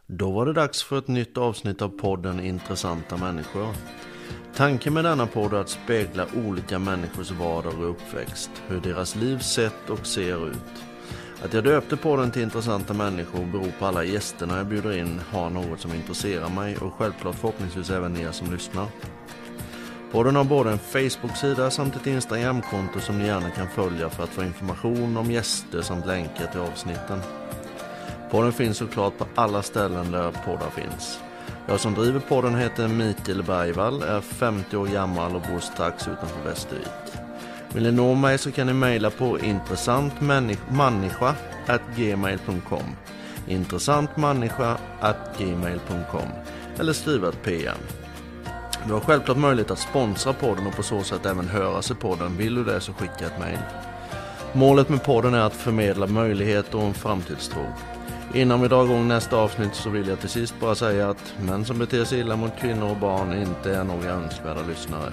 Då var det dags för ett nytt avsnitt av podden Intressanta människor. Tanken med denna podd är att spegla olika människors vardag och uppväxt, hur deras liv sett och ser ut. Att jag döpte podden till Intressanta människor beror på alla gästerna jag bjuder in har något som intresserar mig och självklart förhoppningsvis även er som lyssnar. Podden har både en Facebook-sida samt ett Instagram-konto som ni gärna kan följa för att få information om gäster samt länkar till avsnitten. Podden finns såklart på alla ställen där poddar finns. Jag som driver podden heter Mikael Bergvall, är 50 år gammal och bor strax utanför Västervik. Vill ni nå mig så kan ni mejla på intressantmänniska@gmail.com intressantmänniska@gmail.com eller skriva ett PM. Du har självklart möjlighet att sponsra podden och på så sätt även höras i podden. Vill du det så skicka ett mejl. Målet med podden är att förmedla möjligheter och en framtidstro. Innan vi drar igång nästa avsnitt så vill jag till sist bara säga att män som beter sig illa mot kvinnor och barn inte är några önskvärda lyssnare.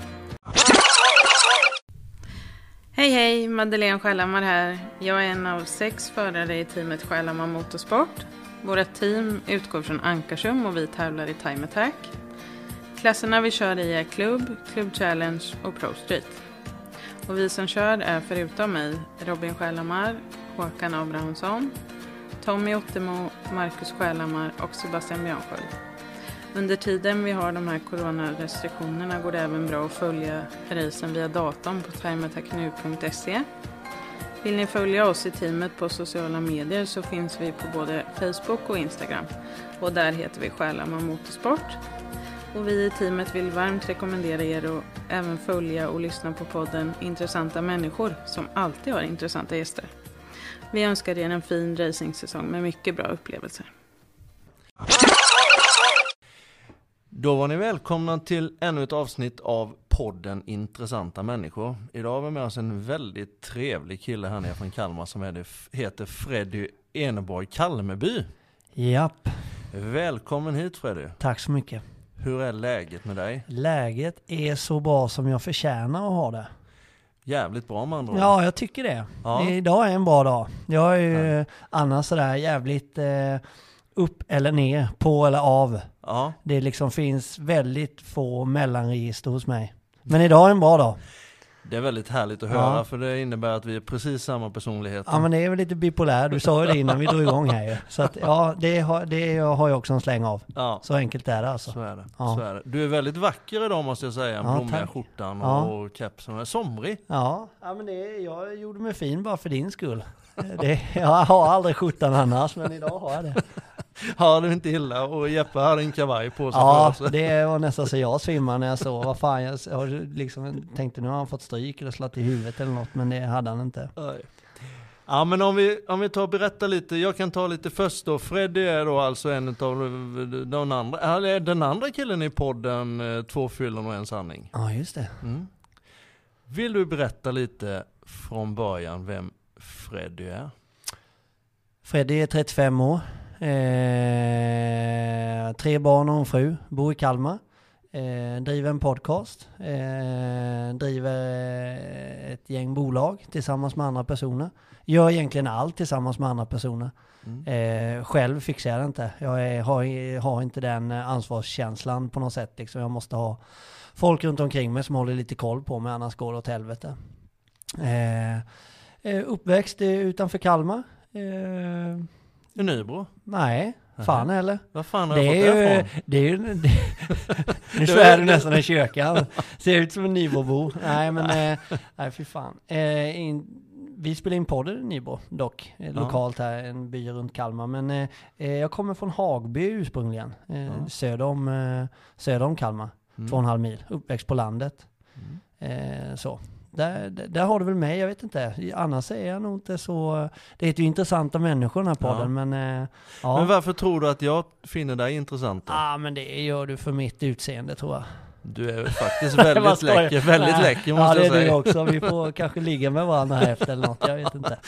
Hej, Madeleine Själammar här. Jag är en av 6 förare i teamet Själammar Motorsport. Vårt team utgår från Ankarsum och vi tävlar i Time Attack. Klasserna vi kör i är Club Challenge och Pro Street. Och vi som kör är förutom mig Robin Själammar, Håkan Abrahamsson, Tommy Ottemo, Marcus Själammar och Sebastian Björnsköld. Under tiden vi har de här coronarestriktionerna går det även bra att följa racen via datorn på timeattacknu.se. Vill ni följa oss i teamet på sociala medier så finns vi på både Facebook och Instagram. Och där heter vi Själammar Motorsport. Och vi i teamet vill varmt rekommendera er att även följa och lyssna på podden Intressanta människor som alltid har intressanta gäster. Vi önskar er en fin racingsäsong med mycket bra upplevelser. Då var ni välkomna till ännu ett avsnitt av podden Intressanta människor. Idag har vi med oss en väldigt trevlig kille här nere från Kalmar som heter Freddy Eneborg Kalmeby. Japp. Välkommen hit Freddy. Tack så mycket. Hur är läget med dig? Läget är så bra som jag förtjänar att ha det. Jävligt bra man då. Ja, jag tycker det. Ja. Idag är en bra dag. Jag är ju annars sådär jävligt upp eller ner, på eller av. Ja. Det liksom finns väldigt få mellanregister hos mig. Men idag är en bra dag. Det är väldigt härligt att höra för det innebär att vi är precis samma personlighet. Ja, men det är väl lite bipolär. Du sa ju det innan vi drog igång här ju. Så att, ja, det har jag också en släng av. Ja. Så enkelt är det alltså. Så är det. Ja. Så är det. Du är väldigt vacker idag måste jag säga. Blommiga skjortan och kepsen. Är somrig. Ja, men jag gjorde mig fin bara för din skull. Jag har aldrig skjortan annars, men idag har jag det. Har du inte illa och Jeppe hade en kavaj på sig. Ja, det var nästan så jag svimmade när jag såg. Vad fan, jag liksom tänkte nu har han fått stryk eller slått i huvudet eller något, men det hade han inte. Ja, men om vi tar och berätta lite. Jag kan ta lite först då. Freddy är då alltså en av den andra killen i podden 2 fyllon och en sanning. Ja, just det. Mm. Vill du berätta lite från början vem Freddy är? Freddy är 35 år. 3 barn och en fru. Bor i Kalmar. Driver en podcast. Driver ett gäng bolag tillsammans med andra personer. Gör egentligen allt tillsammans med andra personer. Själv fixar jag det inte. Jag har inte den ansvarskänslan på något sätt. Liksom. Jag måste ha folk runt omkring mig som håller lite koll på mig, annars går det åt helvete. Uppväxt utanför Kalmar. I Nybro? Nej, fan heller. Vad fan har jag fått det ifrån? Nu svär du nästan i kyrkan. Ser ut som en Nybrobo. Nej, men nej, fy fan. Vi spelar in podden i Nybro dock. Lokalt här, en by runt Kalmar. Men jag kommer från Hagby ursprungligen. Söder om Kalmar. 2,5 mil. Uppväxt på landet. Så. Där har du väl med, jag vet inte. Annars är jag nog inte så... Det är ju intressanta människor den här podden, men... Men varför tror du att jag finner dig intressant? Ja, men det gör du för mitt utseende, tror jag. Du är faktiskt väldigt läcker, väldigt läcker måste jag säga. Ja, det är du också. Vi får kanske ligga med varandra här efter eller något, jag vet inte.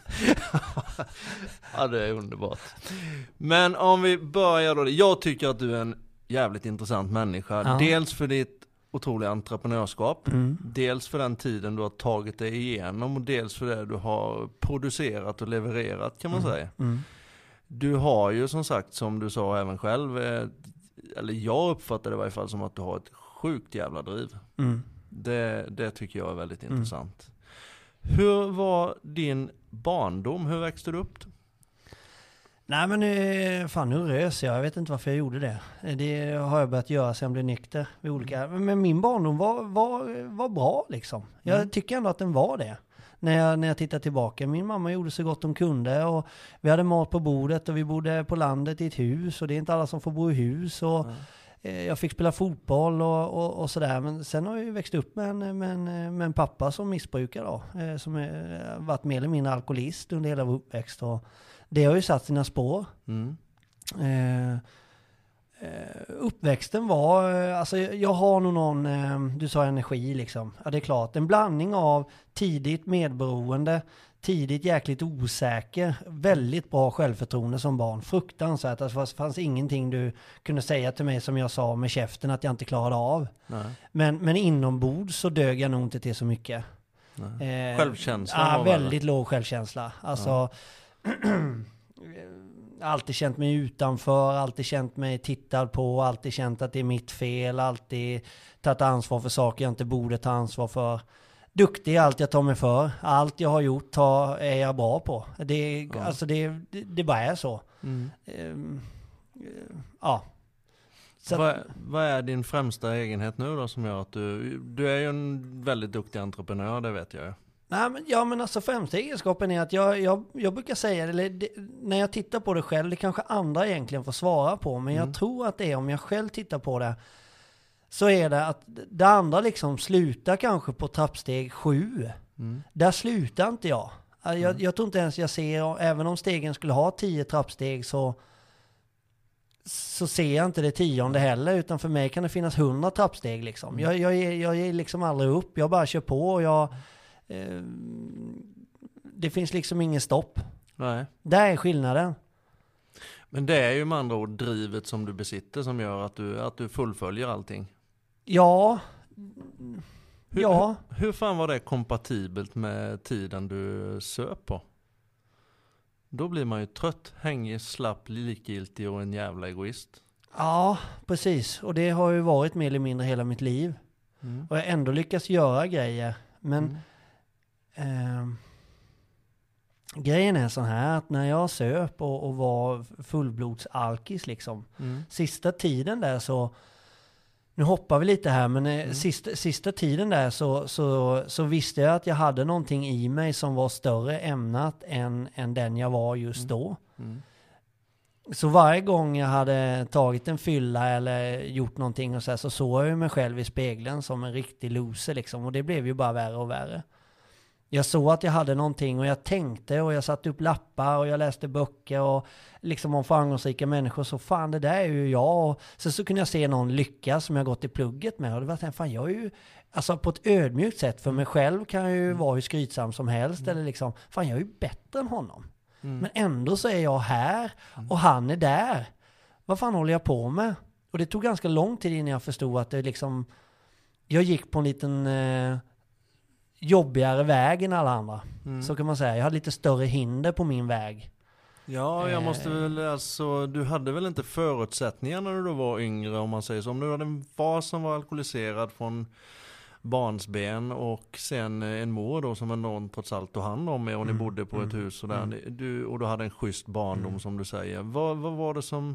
Ja, det är underbart. Men om vi börjar då. Jag tycker att du är en jävligt intressant människa. Ja. Dels för ditt otroliga entreprenörskap. Dels för den tiden du har tagit dig igenom och dels för det du har producerat och levererat kan man säga. Du har ju som sagt, som du sa även själv, eller jag uppfattar det i varje fall som att du har ett sjukt jävla driv. Det tycker jag är väldigt intressant. Hur var din barndom? Hur växte du upp? Nej men fan, nu rös jag vet inte varför jag gjorde det. Det har jag börjat göra sen jag blev nykter vid olika. Men min barndom var bra liksom. Jag tycker ändå att den var det. När jag tittar tillbaka. Min mamma gjorde så gott de kunde och vi hade mat på bordet och vi bodde på landet i ett hus och det är inte alla som får bo i hus och jag fick spela fotboll och sådär. Men sen har jag ju växt upp med en pappa som missbrukar då. Som varit mer eller mindre alkoholist under hela vår uppväxt och det har ju satt sina spår. Uppväxten var, alltså jag har nog någon, du sa energi liksom. Ja det är klart, en blandning av tidigt medberoende, tidigt jäkligt osäker, väldigt bra självförtroende som barn. Fruktansvärt, alltså det fanns ingenting du kunde säga till mig som jag sa med käften att jag inte klarade av. Men inombords så dög jag nog inte till så mycket. Självkänsla? Ja, väldigt låg självkänsla. Alltså alltid känt mig utanför, alltid känt mig tittad på, alltid känt att det är mitt fel, alltid tagit ansvar för saker jag inte borde ta ansvar för. Duktig i allt jag tar mig för, allt jag har gjort är jag bra på. Alltså det bara är så. Så vad är din främsta egenhet nu då som gör att du är ju en väldigt duktig entreprenör, det vet jag ju. Nej, men alltså främsta egenskapen är att jag brukar säga, när jag tittar på det själv, det kanske andra egentligen får svara på, men jag tror att det är om jag själv tittar på det, så är det att det andra liksom slutar kanske på trappsteg 7. Där slutar inte jag. Jag tror inte ens jag ser, även om stegen skulle ha 10 trappsteg så ser jag inte det 10:e heller, utan för mig kan det finnas 100 trappsteg liksom. Jag ger liksom aldrig upp, jag bara kör på och det finns liksom ingen stopp. Nej. Där är skillnaden. Men det är ju med andra ord drivet som du besitter som gör att du fullföljer allting. Ja. Hur fan var det kompatibelt med tiden du söp på? Då blir man ju trött, hängig, slapp, likgiltig och en jävla egoist. Ja, precis. Och det har ju varit mer eller mindre hela mitt liv. Och jag har ändå lyckats göra grejer. Men grejen är så här att när jag söp och var fullblodsalkis liksom. Sista tiden där så, nu hoppar vi lite här, men sista tiden där så visste jag att jag hade någonting i mig som var större ämnat än den jag var just då. Så varje gång jag hade tagit en fylla eller gjort någonting och så såg jag mig själv i spegeln som en riktig loser liksom. Och det blev ju bara värre och värre. Jag såg att jag hade någonting och jag tänkte och jag satte upp lappar och jag läste böcker och liksom om framgångsrika människor, så fan det där är ju jag. Och så kunde jag se någon lyckas som jag gått i plugget med och det var fan jag är ju, alltså på ett ödmjukt sätt för mig själv kan jag ju vara hur skrytsam som helst eller liksom, fan jag är ju bättre än honom. Men ändå så är jag här och han är där. Vad fan håller jag på med? Och det tog ganska lång tid innan jag förstod att det liksom, jag gick på en liten jobbigare väg än alla andra. Så kan man säga. Jag hade lite större hinder på min väg. Ja, jag måste väl, alltså, du hade väl inte förutsättningar när du var yngre, om man säger så. Om du hade en far som var alkoholiserad från barnsben och sen en mor då som någon trots allt tog hand om er och ni bodde på ett hus och där. Och du hade en schysst barndom som du säger. Vad var det som,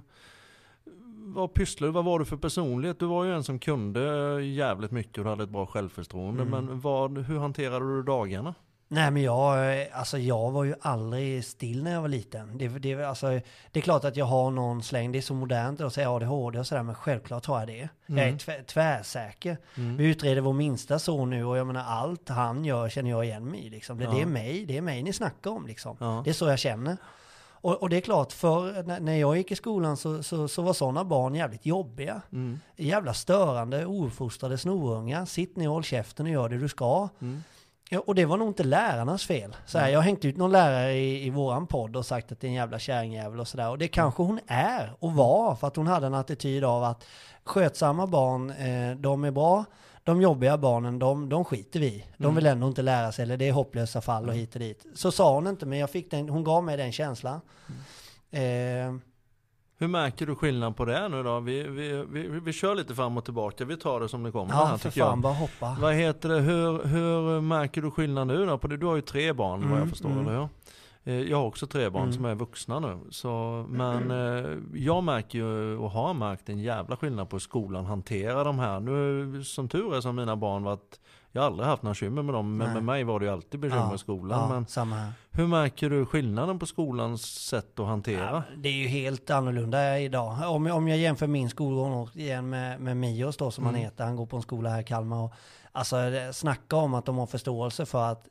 vad pysslade du? Vad var du för personlighet? Du var ju en som kunde jävligt mycket och du hade ett bra självförtroende. Men hur hanterade du dagarna? Nej men jag var ju aldrig still när jag var liten. Det är klart att jag har någon släng, det är så modernt att säga ADHD och sådär, men självklart har jag det. Jag är tvärsäker. Vi utreder vår minsta son nu och jag menar allt han gör känner jag igen mig liksom. Det är mig ni snackar om liksom. Det är så jag känner. Och det är klart, för när jag gick i skolan så var sådana barn jävligt jobbiga. Jävla störande, ouppfostrade snorungar. Sitt ner och håll käften och gör det du ska. Ja, och det var nog inte lärarnas fel. Så här, jag har hängt ut någon lärare i våran podd och sagt att det är en jävla kärringjävel och sådär. Och det kanske hon är och var, för att hon hade en attityd av att skötsamma barn, de är bra. De jobbiga barnen, de skiter vi. De vill ändå inte lära sig, eller det är hopplösa fall och hit och dit. Så sa hon inte, men hon gav mig den känslan. Hur märker du skillnad på det nu då? Vi kör lite fram och tillbaka. Vi tar det som det kommer. Ja, här, för tycker fan, jag. bara hoppa. Vad heter det? Hur märker du skillnad nu då? Du har ju 3 barn, vad jag förstår, eller hur? Jag har också 3 barn som är vuxna nu. Men jag märker ju och har märkt en jävla skillnad på hur skolan hanterar de här. Nu som tur är som mina barn varit, jag har aldrig haft några bekymmer med dem. Men med mig var det ju alltid bekymmer i skolan. Ja, men samma här. hur märker du skillnaden på skolans sätt att hantera? Ja, det är ju helt annorlunda idag. Om jag jämför min skolgång igen med Mios då, som han heter. Han går på en skola här i Kalmar. Och, alltså snacka om att de har förståelse för att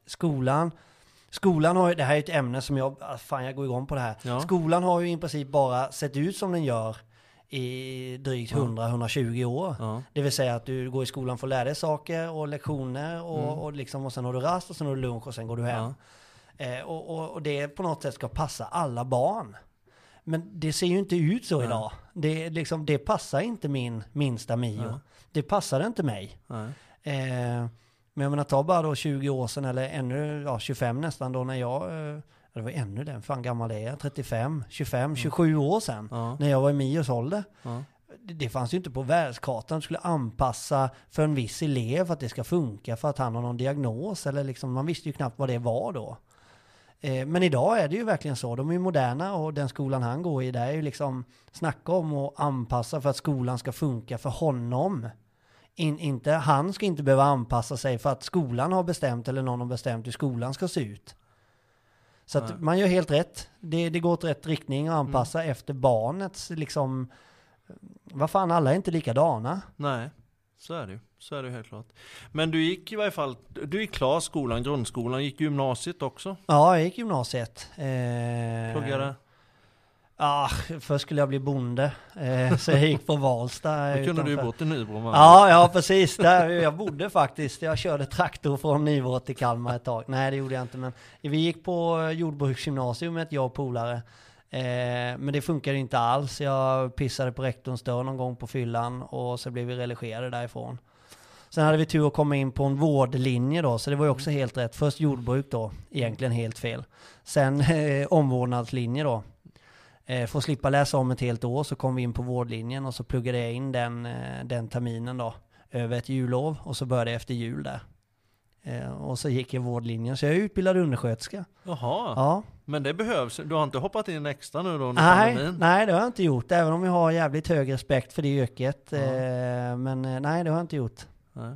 skolan har ju, det här är ett ämne som jag går igång på det här. Ja. Skolan har ju i princip bara sett ut som den gör i drygt 100-120 år. Ja. Det vill säga att du går i skolan för att lära dig saker och lektioner och sen har du rast och sen har du lunch och sen går du hem. Ja. Och det på något sätt ska passa alla barn. Men det ser ju inte ut så idag. Det passar inte min minsta Mio. Ja. Det passar inte mig. Ja. Men jag menar, ta bara då 20 år sedan eller ännu 25 nästan då när jag, det var ännu den, fan gammal är jag, 35, 25, 27 år sedan när jag var i Mios ålder. Det fanns ju inte på världskartan att skulle anpassa för en viss elev för att det ska funka för att han har någon diagnos eller liksom, man visste ju knappt vad det var då. Men idag är det ju verkligen så, de är ju moderna och den skolan han går i, där är ju liksom snacka om att anpassa för att skolan ska funka för honom. Han ska inte behöva anpassa sig för att skolan har bestämt eller någon har bestämt hur skolan ska se ut. Så att man gör helt rätt. Det går åt rätt riktning att anpassa efter barnets liksom, vad fan, alla är inte likadana. Nej, så är det ju. Så är det helt klart. Men du gick i varje fall, du gick klar skolan, grundskolan, gick gymnasiet också? Ja, jag gick gymnasiet. Pluggade? Först skulle jag bli bonde, så jag gick på Valsta. Då kunde du ju bort i Nybro. Ja, precis. Där jag bodde faktiskt. Jag körde traktor från Nybro till Kalmar ett tag. Nej, det gjorde jag inte. Men vi gick på jordbruksgymnasiumet, jag och polare. Men det funkade inte alls. Jag pissade på rektorns dörr någon gång på fyllan och så blev vi religerade därifrån. Sen hade vi tur att komma in på en vårdlinje då, så det var ju också helt rätt. Först jordbruk då, egentligen helt fel. Sen omvårdnadslinje då. För att slippa läsa om ett helt år så kom vi in på vårdlinjen och så pluggade jag in den terminen då över ett jullov och så började jag efter jul där. Och så gick jag vårdlinjen, så jag är utbildad undersköterska. Jaha, ja. Men det behövs. Du har inte hoppat in extra nu då? Nej, det har jag inte gjort, även om jag har jävligt hög respekt för det yrket. Men nej, det har jag inte gjort. Nej.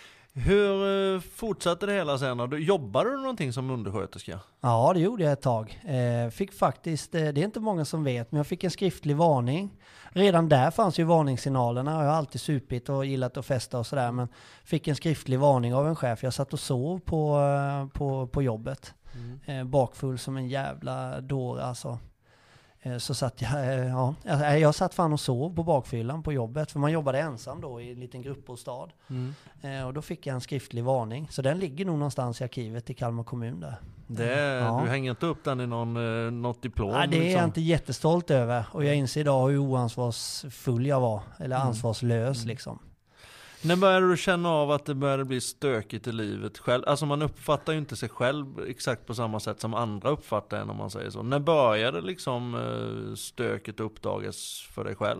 Hur fortsatte det hela sen? Jobbade du någonting som undersköterska? Ja, det gjorde jag ett tag. Fick faktiskt, det är inte många som vet, men jag fick en skriftlig varning. Redan där fanns ju varningssignalerna. Jag har alltid supit och gillat att festa och sådär, men fick en skriftlig varning av en chef. Jag satt och sov på jobbet. Bakfull som en jävla dåre alltså. Så satt jag satt fan och sov på bakfyllan på jobbet, för man jobbade ensam då i en liten gruppbostad. Och då fick jag en skriftlig varning, så den ligger nog någonstans i arkivet i Kalmar kommun där. Du hänger inte upp den i något diplom? Nej, det är jag inte jättestolt över, och jag inser idag hur oansvarsfull jag var, eller ansvarslös liksom. När började du känna av att det började bli stökigt i livet själv? Alltså man uppfattar ju inte sig själv exakt på samma sätt som andra uppfattar en, om man säger så. När började liksom stöket uppdagas för dig själv?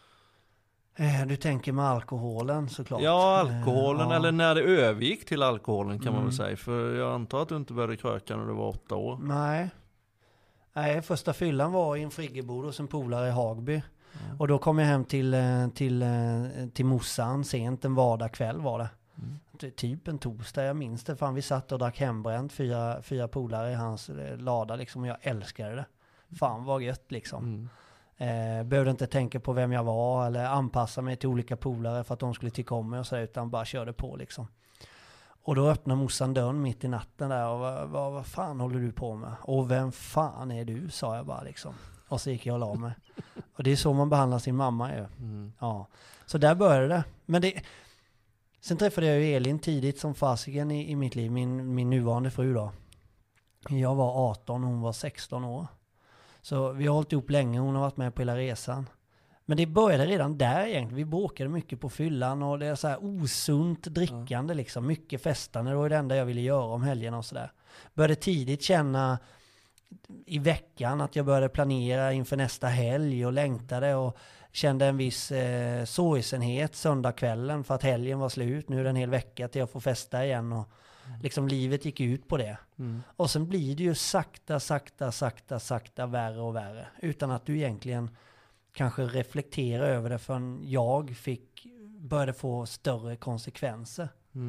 Du tänker med alkoholen såklart. Ja, alkoholen, eller när det övergick till alkoholen kan man väl säga. För jag antar att du inte började kröka när du var 8 år. Nej, första fyllan var i en friggebod hos en polare i Hagby. Och då kom jag hem till morsan sent en vardagkväll var det. Typ en torsdag, jag minns det. Fan, vi satt och drack hembränt, fyra polare i hans lada liksom, och jag älskade det. Fan vad gött liksom. Behövde inte tänka på vem jag var eller anpassa mig till olika polare för att de skulle tycka om mig och så, utan bara körde på liksom. Och då öppnade morsan dörren mitt i natten där och vad fan håller du på med? Och vem fan är du, sa jag bara liksom. Och så gick jag och la mig. Och det är så man behandlar sin mamma ju. Ja. Så där började det. Men sen träffade jag ju Elin tidigt som fasiken i mitt liv. Min nuvarande fru då. Jag var 18 och hon var 16 år. Så vi har hållit ihop länge. Hon har varit med på hela resan. Men det började redan där egentligen. Vi bråkade mycket på fyllan och det är så här osunt drickande liksom. Mycket festande. Det var det enda jag ville göra om helgen och sådär. Började tidigt känna i veckan att jag började planera inför nästa helg och längtade och kände en viss sorgsenhet söndagskvällen för att helgen var slut. Nu är det en hel vecka till jag får festa igen och liksom livet gick ut på det. Och sen blir det ju sakta värre och värre utan att du egentligen kanske reflekterar över det förrän jag började få större konsekvenser.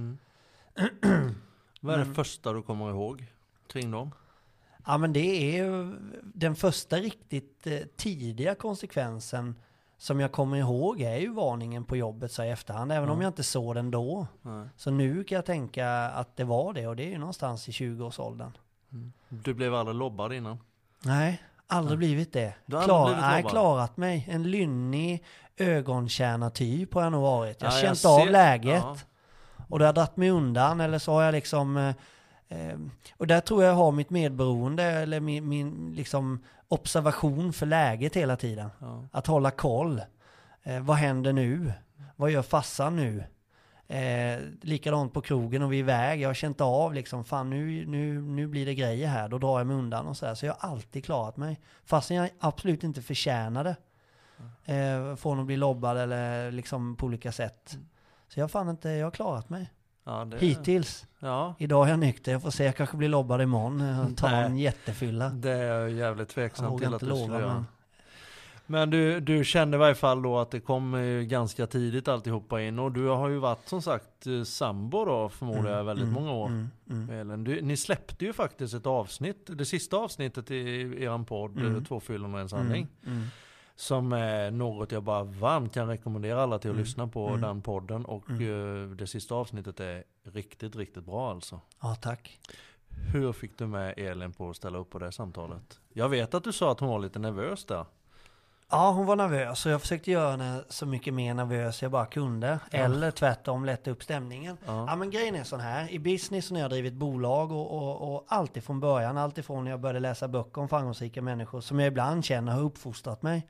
Vad är det första du kommer ihåg kring dem? Ja, men det är ju den första riktigt tidiga konsekvensen som jag kommer ihåg är ju varningen på jobbet så i efterhand, även om jag inte såg den då. Så nu kan jag tänka att det var det och det är ju någonstans i 20-årsåldern. Du blev aldrig lobbad innan? Nej, aldrig blivit det. Klarat mig. En lynnig ögonkärna-typ har jag nog varit. Jag har känt av läget och då har jag dratt mig undan eller så har jag liksom... och där tror jag har mitt medberoende eller min liksom observation för läget hela tiden. Att hålla koll. Vad händer nu? Vad gör fassan nu? Likadant på krogen och vi är iväg. Jag har känt av liksom, fan nu blir det grejer här. Då drar jag mig undan och så här. Så jag har alltid klarat mig. Fastän jag absolut inte förtjänade från att bli lobbad eller liksom på olika sätt. Så jag har klarat mig. Ja, hittills. Ja. Idag är jag nykter. Jag får se, jag kanske blir lobbad imorgon och tar en jättefylla. Det är jag jävligt tveksam till att du skulle göra. Men du kände i varje fall då att det kom ganska tidigt alltihopa in. Och du har ju varit som sagt sambo då förmodligen väldigt många år. Ni släppte ju faktiskt ett avsnitt, det sista avsnittet i eran podd, Två fyllon och en sanning. Som är något jag bara varmt kan rekommendera alla till att lyssna på den podden. Och det sista avsnittet är riktigt, riktigt bra alltså. Ja, tack. Hur fick du med Elin på att ställa upp på det samtalet? Jag vet att du sa att hon var lite nervös där. Ja, hon var nervös och jag försökte göra henne så mycket mer nervös jag bara kunde. Eller tvärtom lätta upp stämningen. Ja, men grejen är sån här. I business när jag har drivit bolag och alltid från början, alltid från när jag började läsa böcker om framgångsrika människor som jag ibland känner har uppfostrat mig.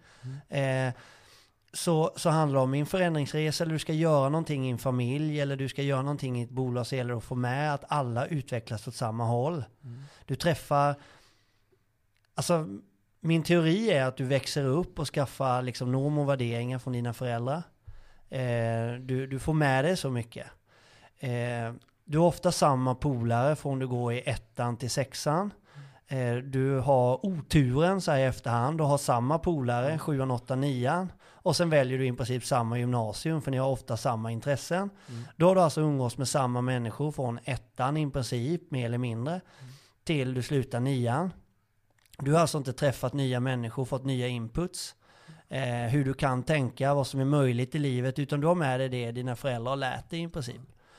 Så handlar det om en förändringsresa eller du ska göra någonting i en familj eller du ska göra någonting i ett bolag så gäller det att få med att alla utvecklas åt samma håll. Du träffar... Alltså... Min teori är att du växer upp och skaffar liksom norm och värderingar från dina föräldrar. Du får med dig så mycket. Du har ofta samma polare från du går i 1:an till 6:an. Du har oturen så här i efterhand och har samma polare 7:an, 8:an, 9:an. Och sen väljer du i princip samma gymnasium för ni har ofta samma intressen. Då har du alltså umgås med samma människor från 1:an i princip mer eller mindre till du slutar 9:an. Du har alltså inte träffat nya människor, fått nya inputs, hur du kan tänka, vad som är möjligt i livet, utan du har med dig det dina föräldrar har lärt dig i princip.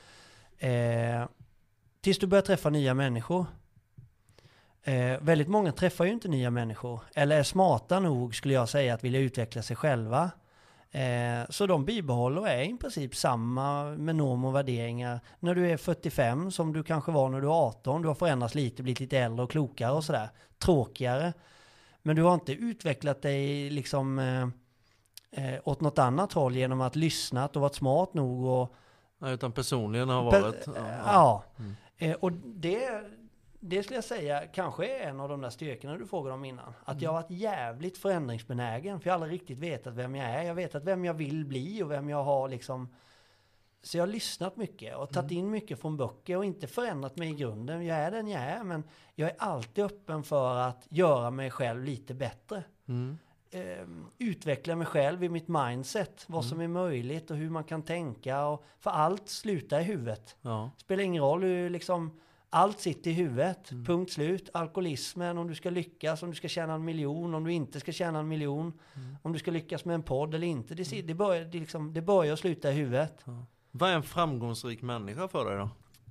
Tills du börjar träffa nya människor. Väldigt många träffar ju inte nya människor, eller är smarta nog skulle jag säga att vilja utveckla sig själva. Så de bibehåller och är i princip samma med norm och värderingar när du är 45 som du kanske var när du är 18. Du har förändrats lite, blivit lite äldre och klokare och sådär. Tråkigare. Men du har inte utvecklat dig liksom åt något annat håll genom att lyssna och varit smart nog. Och, utan personligen har varit... och det skulle jag säga kanske är en av de där styrkorna du frågade om innan. Att jag har varit jävligt förändringsbenägen. För jag har aldrig riktigt vetat vem jag är. Jag vet att vem jag vill bli och vem jag har liksom... Så jag har lyssnat mycket och tagit in mycket från böcker och inte förändrat mig i grunden. Jag är den jag är, men jag är alltid öppen för att göra mig själv lite bättre. Utveckla mig själv i mitt mindset. Vad som är möjligt och hur man kan tänka. Och, för allt slutar i huvudet. Spelar ingen roll hur liksom... Allt sitter i huvudet, punkt slut. Alkoholismen, om du ska lyckas, om du ska tjäna 1 miljon, om du inte ska tjäna 1 miljon, om du ska lyckas med en podd eller inte. Det börjar och sluta i huvudet. Vad är en framgångsrik människa för dig då?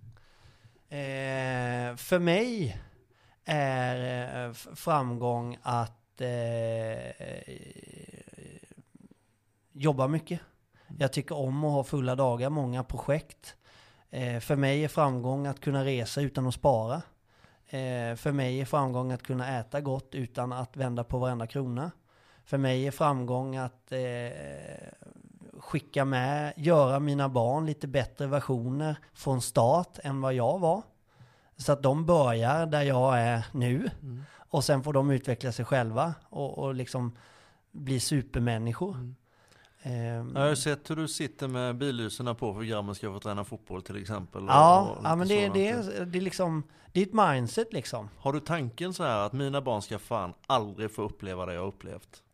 För mig är framgång att jobba mycket. Jag tycker om att ha fulla dagar, många projekt. För mig är framgång att kunna resa utan att spara. För mig är framgång att kunna äta gott utan att vända på varenda krona. För mig är framgång att skicka med, göra mina barn lite bättre versioner från start än vad jag var. Så att de börjar där jag är nu. Och sen får de utveckla sig själva och liksom bli supermänniskor. Jag har sett hur du sitter med billyserna på för grabben ska få träna fotboll till exempel. Men det är liksom, det är ett mindset liksom. Har du tanken så här att mina barn ska fan aldrig få uppleva det jag har upplevt?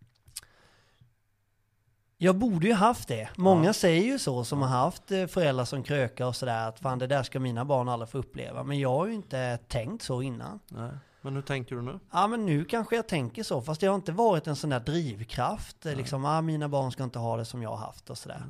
Jag borde ju haft det. Många säger ju så som har haft föräldrar som krökar och sådär, att fan det där ska mina barn aldrig få uppleva. Men jag har ju inte tänkt så innan. Nej. Men hur tänker du nu? Ja, men nu kanske jag tänker så. Fast det har inte varit en sån där drivkraft. Liksom, mina barn ska inte ha det som jag har haft och sådär.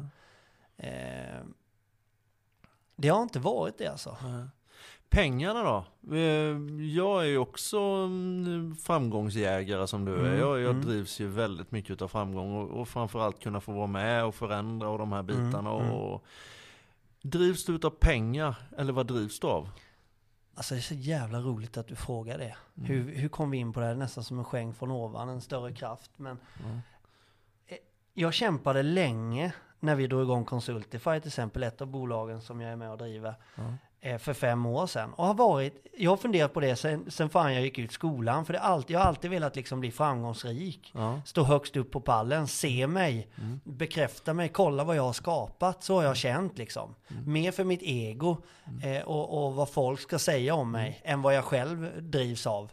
Det har inte varit det alltså. Pengarna då? Jag är ju också framgångsjägare som du är. Jag drivs ju väldigt mycket av framgång och framförallt kunna få vara med och förändra och de här bitarna. Och drivs du av pengar eller vad drivs du av? Alltså det är så jävla roligt att du frågar det. Hur kom vi in på det här? Nästan som en skänk från ovan, en större kraft. Men jag kämpade länge när vi drog igång Consultify, till exempel ett av bolagen som jag är med och driver. För 5 år sedan. Och jag har funderat på det sen fan jag gick ut skolan. För jag har alltid velat liksom bli framgångsrik. Stå högst upp på pallen, se mig, bekräfta mig, kolla vad jag har skapat. Så har jag känt liksom. Mer för mitt ego och vad folk ska säga om mig än vad jag själv drivs av.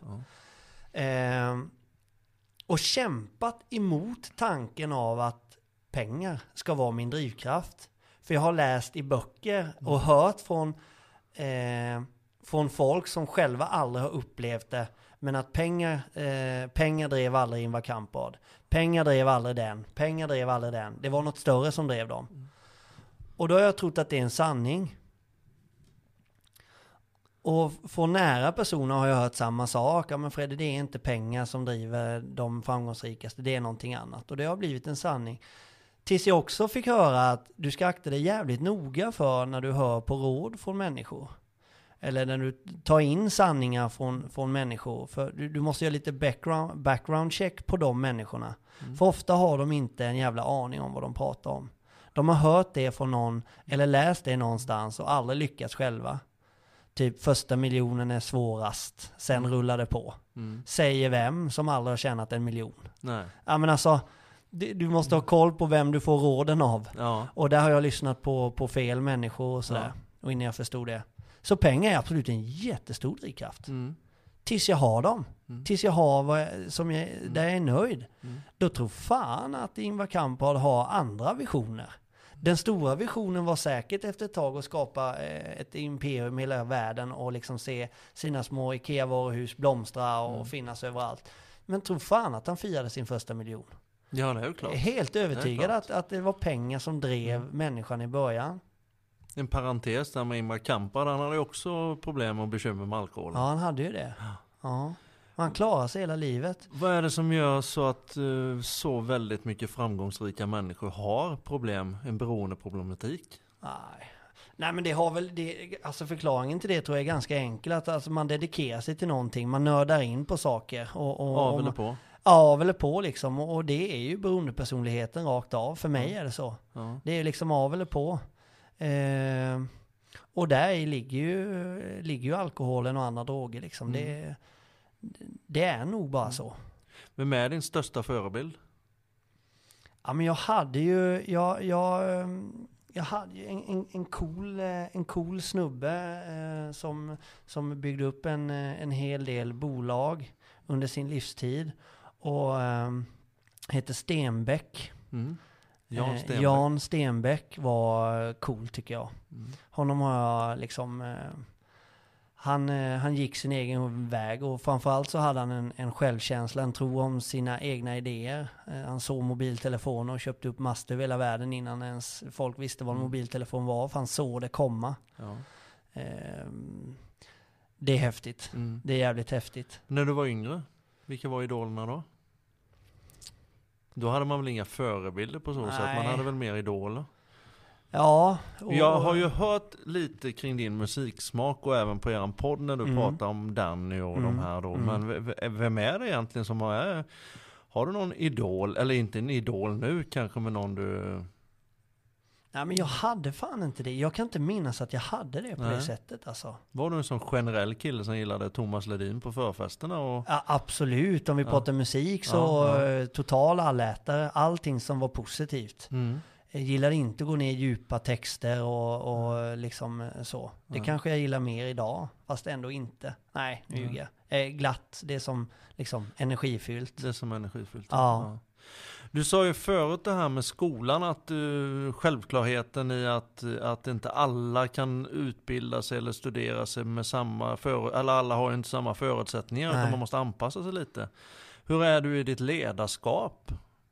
Och kämpat emot tanken av att pengar ska vara min drivkraft. För jag har läst i böcker och hört från folk som själva aldrig har upplevt det, men att pengar drev aldrig Ingvar Kamprad. Pengar drev aldrig den. Det var något större som drev dem. Och då har jag trott att det är en sanning. Och från nära personer har jag hört samma sak. Ja, men Freddy, det är inte pengar som driver de framgångsrikaste, det är någonting annat. Och det har blivit en sanning. Tills jag också fick höra att du ska akta dig jävligt noga för när du hör på råd från människor. Eller när du tar in sanningar från människor. För du måste göra lite background check på de människorna. För ofta har de inte en jävla aning om vad de pratar om. De har hört det från någon eller läst det någonstans och aldrig lyckats själva. Typ första miljonen är svårast, sen rullar det på. Säger vem som aldrig har tjänat 1 miljon. Nej. Ja, men alltså, du måste ha koll på vem du får råden av. Ja. Och där har jag lyssnat på fel människor och sådär. Och innan jag förstod det. Så pengar är absolut en jättestor drivkraft. Tills jag har dem. Tills jag har där jag är nöjd. Då tror fan att Ingvar Kamprad har andra visioner. Den stora visionen var säkert efter ett tag att skapa ett imperium i hela världen och liksom se sina små IKEA-varuhus blomstra och finnas överallt. Men tror fan att han firade sin första miljon. Ja, det är klart. Helt övertygad att det var pengar som drev människan i början. En parentes där med Ingvar Kamprad, han hade ju också problem och bekymmer med alkohol. Ja, han hade ju det. Ja. Man klarar sig hela livet. Vad är det som gör så att så väldigt mycket framgångsrika människor har problem, en beroendeproblematik? Nej, men det har väl alltså förklaringen till det tror jag är ganska enkel, att alltså man dedikerar sig till någonting, man nördar in på saker av eller på. Av eller på liksom, och det är ju beroendepersonligheten rakt av. För mig är det så. Det är liksom av eller på. Och där ligger ju alkoholen och andra droger liksom. Det är nog bara så. Vem är din största förebild? Ja, men jag hade ju en cool snubbe som byggde upp en hel del bolag under sin livstid och heter Stenbeck. Jan Stenbeck var cool tycker jag. Honom har jag liksom han gick sin egen väg och framförallt så hade han en självkänsla, en tro om sina egna idéer. Han såg mobiltelefoner och köpte upp master över hela världen innan ens folk visste vad en mobiltelefon var, för han såg det komma. Det är häftigt. Det är jävligt häftigt. När du var yngre, vilka var idolerna då? Då hade man väl inga förebilder på så sätt, man hade väl mer idoler? Ja. Jag har ju hört lite kring din musiksmak och även på eran podd när du pratar om Danny och de här då. Men vem är det egentligen som har du någon idol, eller inte en idol nu kanske, men någon du... Nej, men jag hade fan inte det. Jag kan inte minnas att jag hade det på det sättet. Alltså. Var du en sån generell kille som gillade Thomas Ledin på förfesterna? Och... Ja, absolut. Om vi pratar musik så total allätare. Allting som var positivt. Jag gillar inte att gå ner i djupa texter och liksom så. Det kanske jag gillar mer idag, fast ändå inte. Nej, nu ljuger jag. Glatt, det är som liksom energifyllt. Det är som energifyllt. Ja. Du sa ju förut det här med skolan, att självklarheten i att inte alla kan utbilda sig eller studera sig med eller alla har inte samma förutsättningar, utan man måste anpassa sig lite. Hur är du i ditt ledarskap?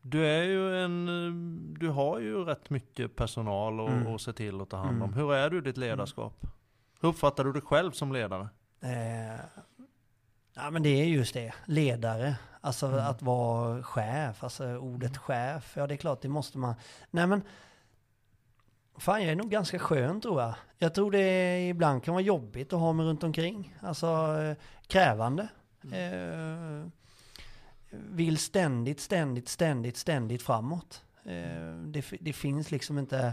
Du har ju rätt mycket personal och se till att ta hand om. Hur är du i ditt ledarskap? Hur uppfattar du dig själv som ledare? Ja, men det är just det. Ledare. Alltså att vara chef. Alltså ordet chef. Ja, det är klart, det måste man. Nej, men fan, jag är nog ganska skön, tror jag. Jag tror det ibland kan vara jobbigt att ha mig runt omkring. Alltså krävande. Vill ständigt framåt. Det finns liksom inte...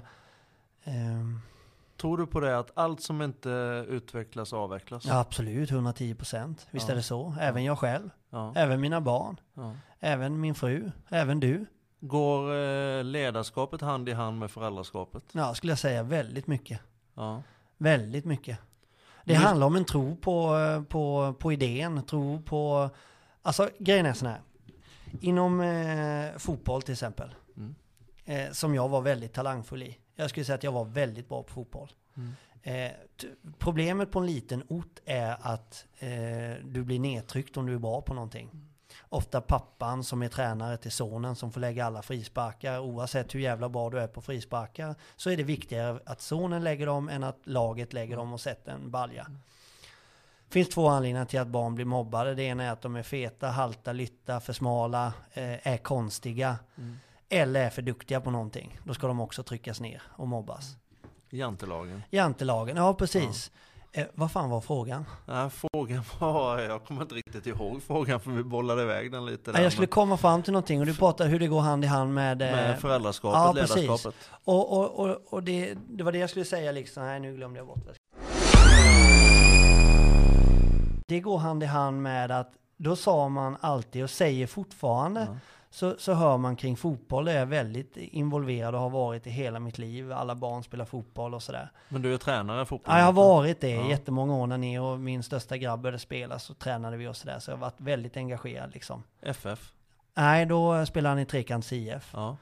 Tror du på det, att allt som inte utvecklas avvecklas? Ja, absolut, 110%. Visst är det så. Även jag själv. Även mina barn. Även min fru. Även du. Går ledarskapet hand i hand med föräldraskapet? Ja, skulle jag säga väldigt mycket. Ja. Väldigt mycket. Det handlar om en tro på idén. Tro på... Alltså, grejen är sån här. Inom fotboll till exempel. Som jag var väldigt talangfull i. Jag skulle säga att jag var väldigt bra på fotboll. Problemet på en liten ort är att du blir nedtryckt om du är bra på någonting. Ofta pappan som är tränare till sonen som får lägga alla frisparkar. Oavsett hur jävla bra du är på frisparkar så är det viktigare att sonen lägger dem än att laget lägger dem och sätter en balja. Det finns 2 anledningar till att barn blir mobbade. Det ena är att de är feta, halta, lytta, för smala, är konstiga. Eller är för duktiga på någonting. Då ska de också tryckas ner och mobbas. Jantelagen, ja precis. Vad fan var frågan? Frågan var, jag kommer inte riktigt ihåg frågan för vi bollade iväg den lite. Där, jag skulle komma fram till någonting och du pratade hur det går hand i hand med föräldraskapet, ledarskapet. Precis. Och det var det jag skulle säga liksom. Nej, nu glömde jag bort det. Det går hand i hand med att då sa man alltid och säger fortfarande så hör man kring fotboll. Jag är väldigt involverad och har varit i hela mitt liv. Alla barn spelar fotboll och sådär. Men du är tränare i fotboll? Ja, jag har varit det jättemånga år när ni och min största grabb började spela så tränade vi oss sådär. Så jag har varit väldigt engagerad liksom. FF? Nej, då spelade han i Trekants IF. Ja.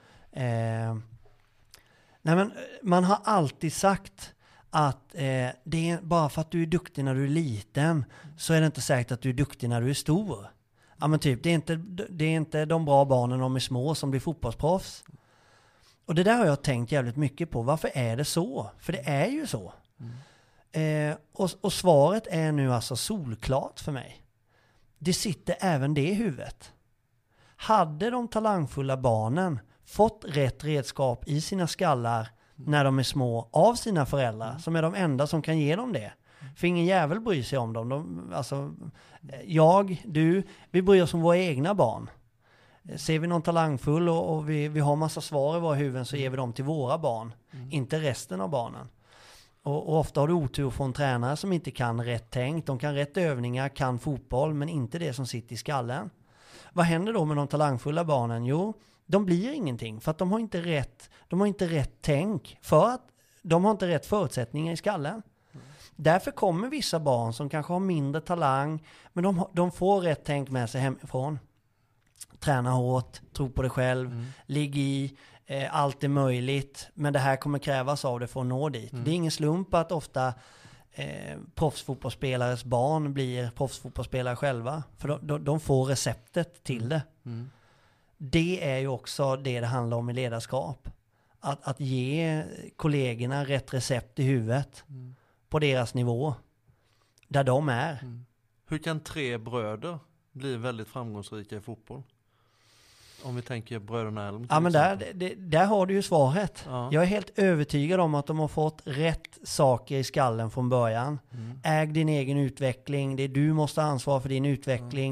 Nej, men man har alltid sagt att det är bara för att du är duktig när du är liten så är det inte säkert att du är duktig när du är stor. Ja, men typ, det är inte de bra barnen de är små som blir fotbollsproffs. Och det där har jag tänkt jävligt mycket på. Varför är det så? För det är ju så. Och svaret är nu alltså solklart för mig. Det sitter även det i huvudet. Hade de talangfulla barnen fått rätt redskap i sina skallar när de är små av sina föräldrar, som är de enda som kan ge dem det. För ingen jävel bryr sig om dem. Vi bryr oss om våra egna barn. Ser vi någon talangfull och vi har massa svar i våra huvuden så ger vi dem till våra barn. Inte resten av barnen. Och ofta har du otur från tränare som inte kan rätt tänkt. De kan rätt övningar, kan fotboll, men inte det som sitter i skallen. Vad händer då med de talangfulla barnen? Jo, de blir ingenting för att de har inte rätt tänk. För att de har inte rätt förutsättningar i skallen. Därför kommer vissa barn som kanske har mindre talang, men de får rätt tänk med sig hemifrån. Träna hårt, tro på dig själv, ligg i, allt är möjligt, men det här kommer krävas av dig för att nå dit. Det är ingen slump att ofta proffsfotbollsspelares barn blir proffsfotbollsspelare själva, för de får receptet till det. Det är ju också det handlar om i ledarskap. Att ge kollegorna rätt recept i huvudet på deras nivå, där de är. Hur kan 3 bröder bli väldigt framgångsrika i fotboll? Om vi tänker bröderna Elm. Ja, men där har du ju svaret. Ja. Jag är helt övertygad om att de har fått rätt saker i skallen från början. Äg din egen utveckling. Det är du måste ha ansvar för din utveckling.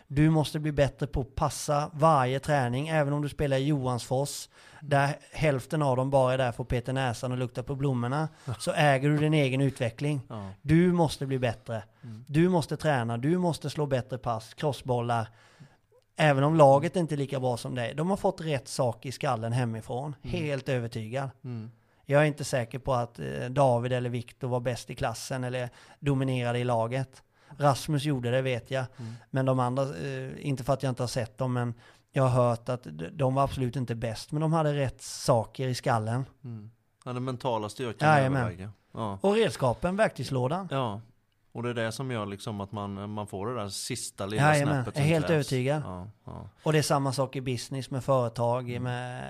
Du måste bli bättre på att passa varje träning, även om du spelar i Johansfors, där hälften av dem bara är där för att peta näsan och lukta på blommorna, så äger du din egen utveckling. Ja. Du måste bli bättre. Du måste träna, du måste slå bättre pass, crossbollar. Även om laget inte är lika bra som dig. De har fått rätt sak i skallen hemifrån. Helt övertygad. Jag är inte säker på att David eller Viktor var bäst i klassen eller dominerade i laget. Rasmus gjorde det, vet jag. Men de andra, inte för att jag inte har sett dem, men jag har hört att de var absolut inte bäst. Men de hade rätt saker i skallen. Ja, den mentala styrkan överväger. Ja. Och redskapen, verktygslådan. Ja. Och det är det som gör liksom att man får det där sista lilla snäppet som är helt krävs. övertygad. Ja. Och det är samma sak i business med företag, med,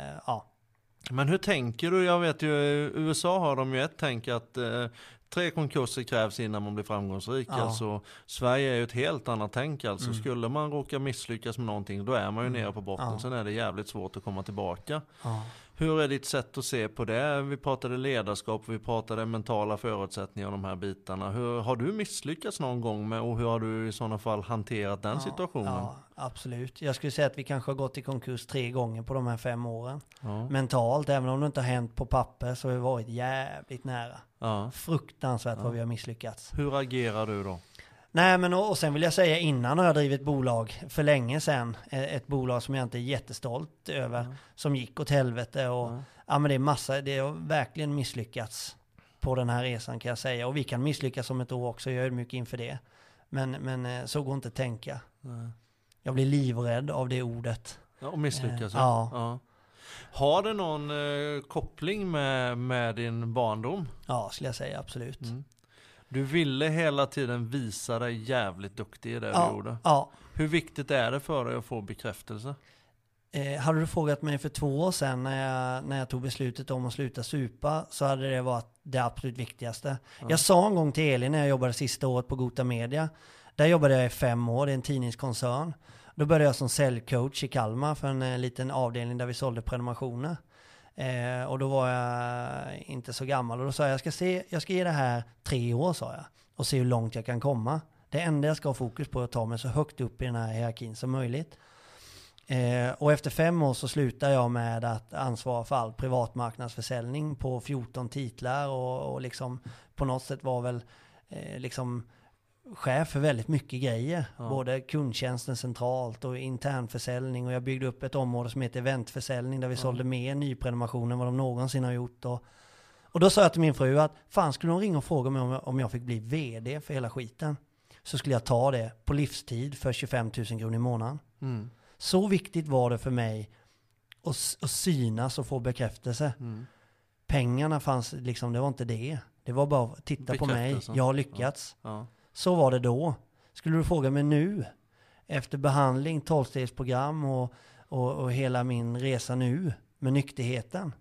Men hur tänker du? Jag vet ju, i USA har de ju ett tänk att 3 konkurser krävs innan man blir framgångsrik. Ja. Alltså, Sverige är ju ett helt annat tänk. Alltså, skulle man råka misslyckas med någonting, då är man ju nere på botten. Ja. Sen är det jävligt svårt att komma tillbaka. Ja. Hur är ditt sätt att se på det? Vi pratade ledarskap, vi pratade mentala förutsättningar och de här bitarna. Hur har du misslyckats någon gång med, och hur har du i sådana fall hanterat den situationen? Ja, absolut. Jag skulle säga att vi kanske har gått i konkurs 3 gånger på de här 5 åren. Ja. Mentalt, även om det inte har hänt på papper, så har vi varit jävligt nära. Ja. Fruktansvärt vad vi har misslyckats. Hur agerar du då? Nej, men och sen vill jag säga, innan har jag drivit bolag för länge sedan. Ett bolag som jag inte är jättestolt över, som gick åt helvete. Och, men det har verkligen misslyckats på den här resan, kan jag säga. Och vi kan misslyckas om ett år också, jag är mycket inför det. Men så går inte att tänka. Jag blir livrädd av det ordet. Ja, och misslyckas. Ja. Har det någon koppling med din barndom? Ja, skulle jag säga, absolut. Du ville hela tiden visa dig jävligt duktig i det du gjorde. Ja. Hur viktigt är det för dig att få bekräftelse? Hade du frågat mig för 2 år sedan när jag tog beslutet om att sluta supa, så hade det varit det absolut viktigaste. Jag sa en gång till Elin när jag jobbade sista året på Gota Media. Där jobbade jag i 5 år, det är en tidningskoncern. Då började jag som säljcoach i Kalmar för en liten avdelning där vi sålde prenumerationer. Och då var jag inte så gammal, och då sa jag ska ge det här 3 år, sa jag, och se hur långt jag kan komma. Det enda jag ska ha fokus på är att ta mig så högt upp i den här hierarkin som möjligt. Och efter 5 år så slutar jag med att ansvara för all privatmarknadsförsäljning på 14 titlar och liksom på något sätt var väl liksom chef för väldigt mycket grejer. Både kundtjänsten centralt och internförsäljning, och jag byggde upp ett område som heter eventförsäljning där vi sålde mer nyprenumerationer än vad de någonsin har gjort. Och då sa jag till min fru att fan, skulle de ringa och fråga mig om jag fick bli vd för hela skiten, så skulle jag ta det på livstid för 25 000 kronor i månaden. Så viktigt var det för mig att synas och få bekräftelse. Pengarna fanns liksom, det var inte det. Det var bara att titta på mig. Jag har lyckats. Ja. Så var det då. Skulle du fråga mig nu, efter behandling, 12-stegsprogram och hela min resa nu med nykterheten.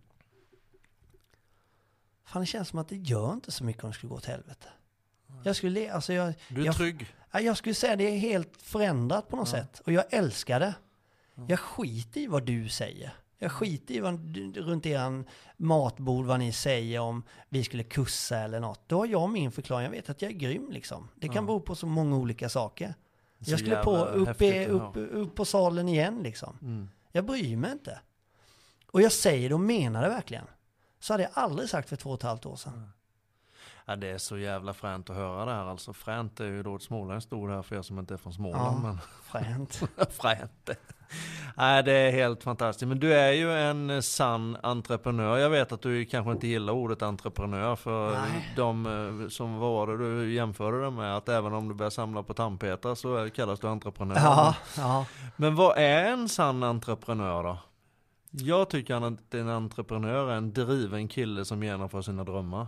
Fan, det känns som att det gör inte så mycket om det skulle gå åt helvete. Du är trygg. Jag skulle säga det är helt förändrat på något sätt. Och jag älskar det. Jag skiter i vad du säger. Jag skiter i runt eran matbord vad ni säger om vi skulle kussa eller något. Då har jag min förklaring. Jag vet att jag är grym liksom. Det kan bero på så många olika saker. Jag skulle upp på salen igen liksom. Jag bryr mig inte. Och jag säger det och menar det verkligen. Så hade jag aldrig sagt för 2,5 år sedan. Ja, det är så jävla fränt att höra det här. Alltså, fränt är ju då ett småländskt ord här för er som inte är från Småland. Ja, men... fränt. Fränt. Nej, det är helt fantastiskt. Men du är ju en sann entreprenör. Jag vet att du kanske inte gillar ordet entreprenör, för de som var det du jämförde det med, att även om du börjar samla på tandpetare så kallas du entreprenör. Ja. Men vad är en sann entreprenör då? Jag tycker att en entreprenör är en driven kille som genomför sina drömmar.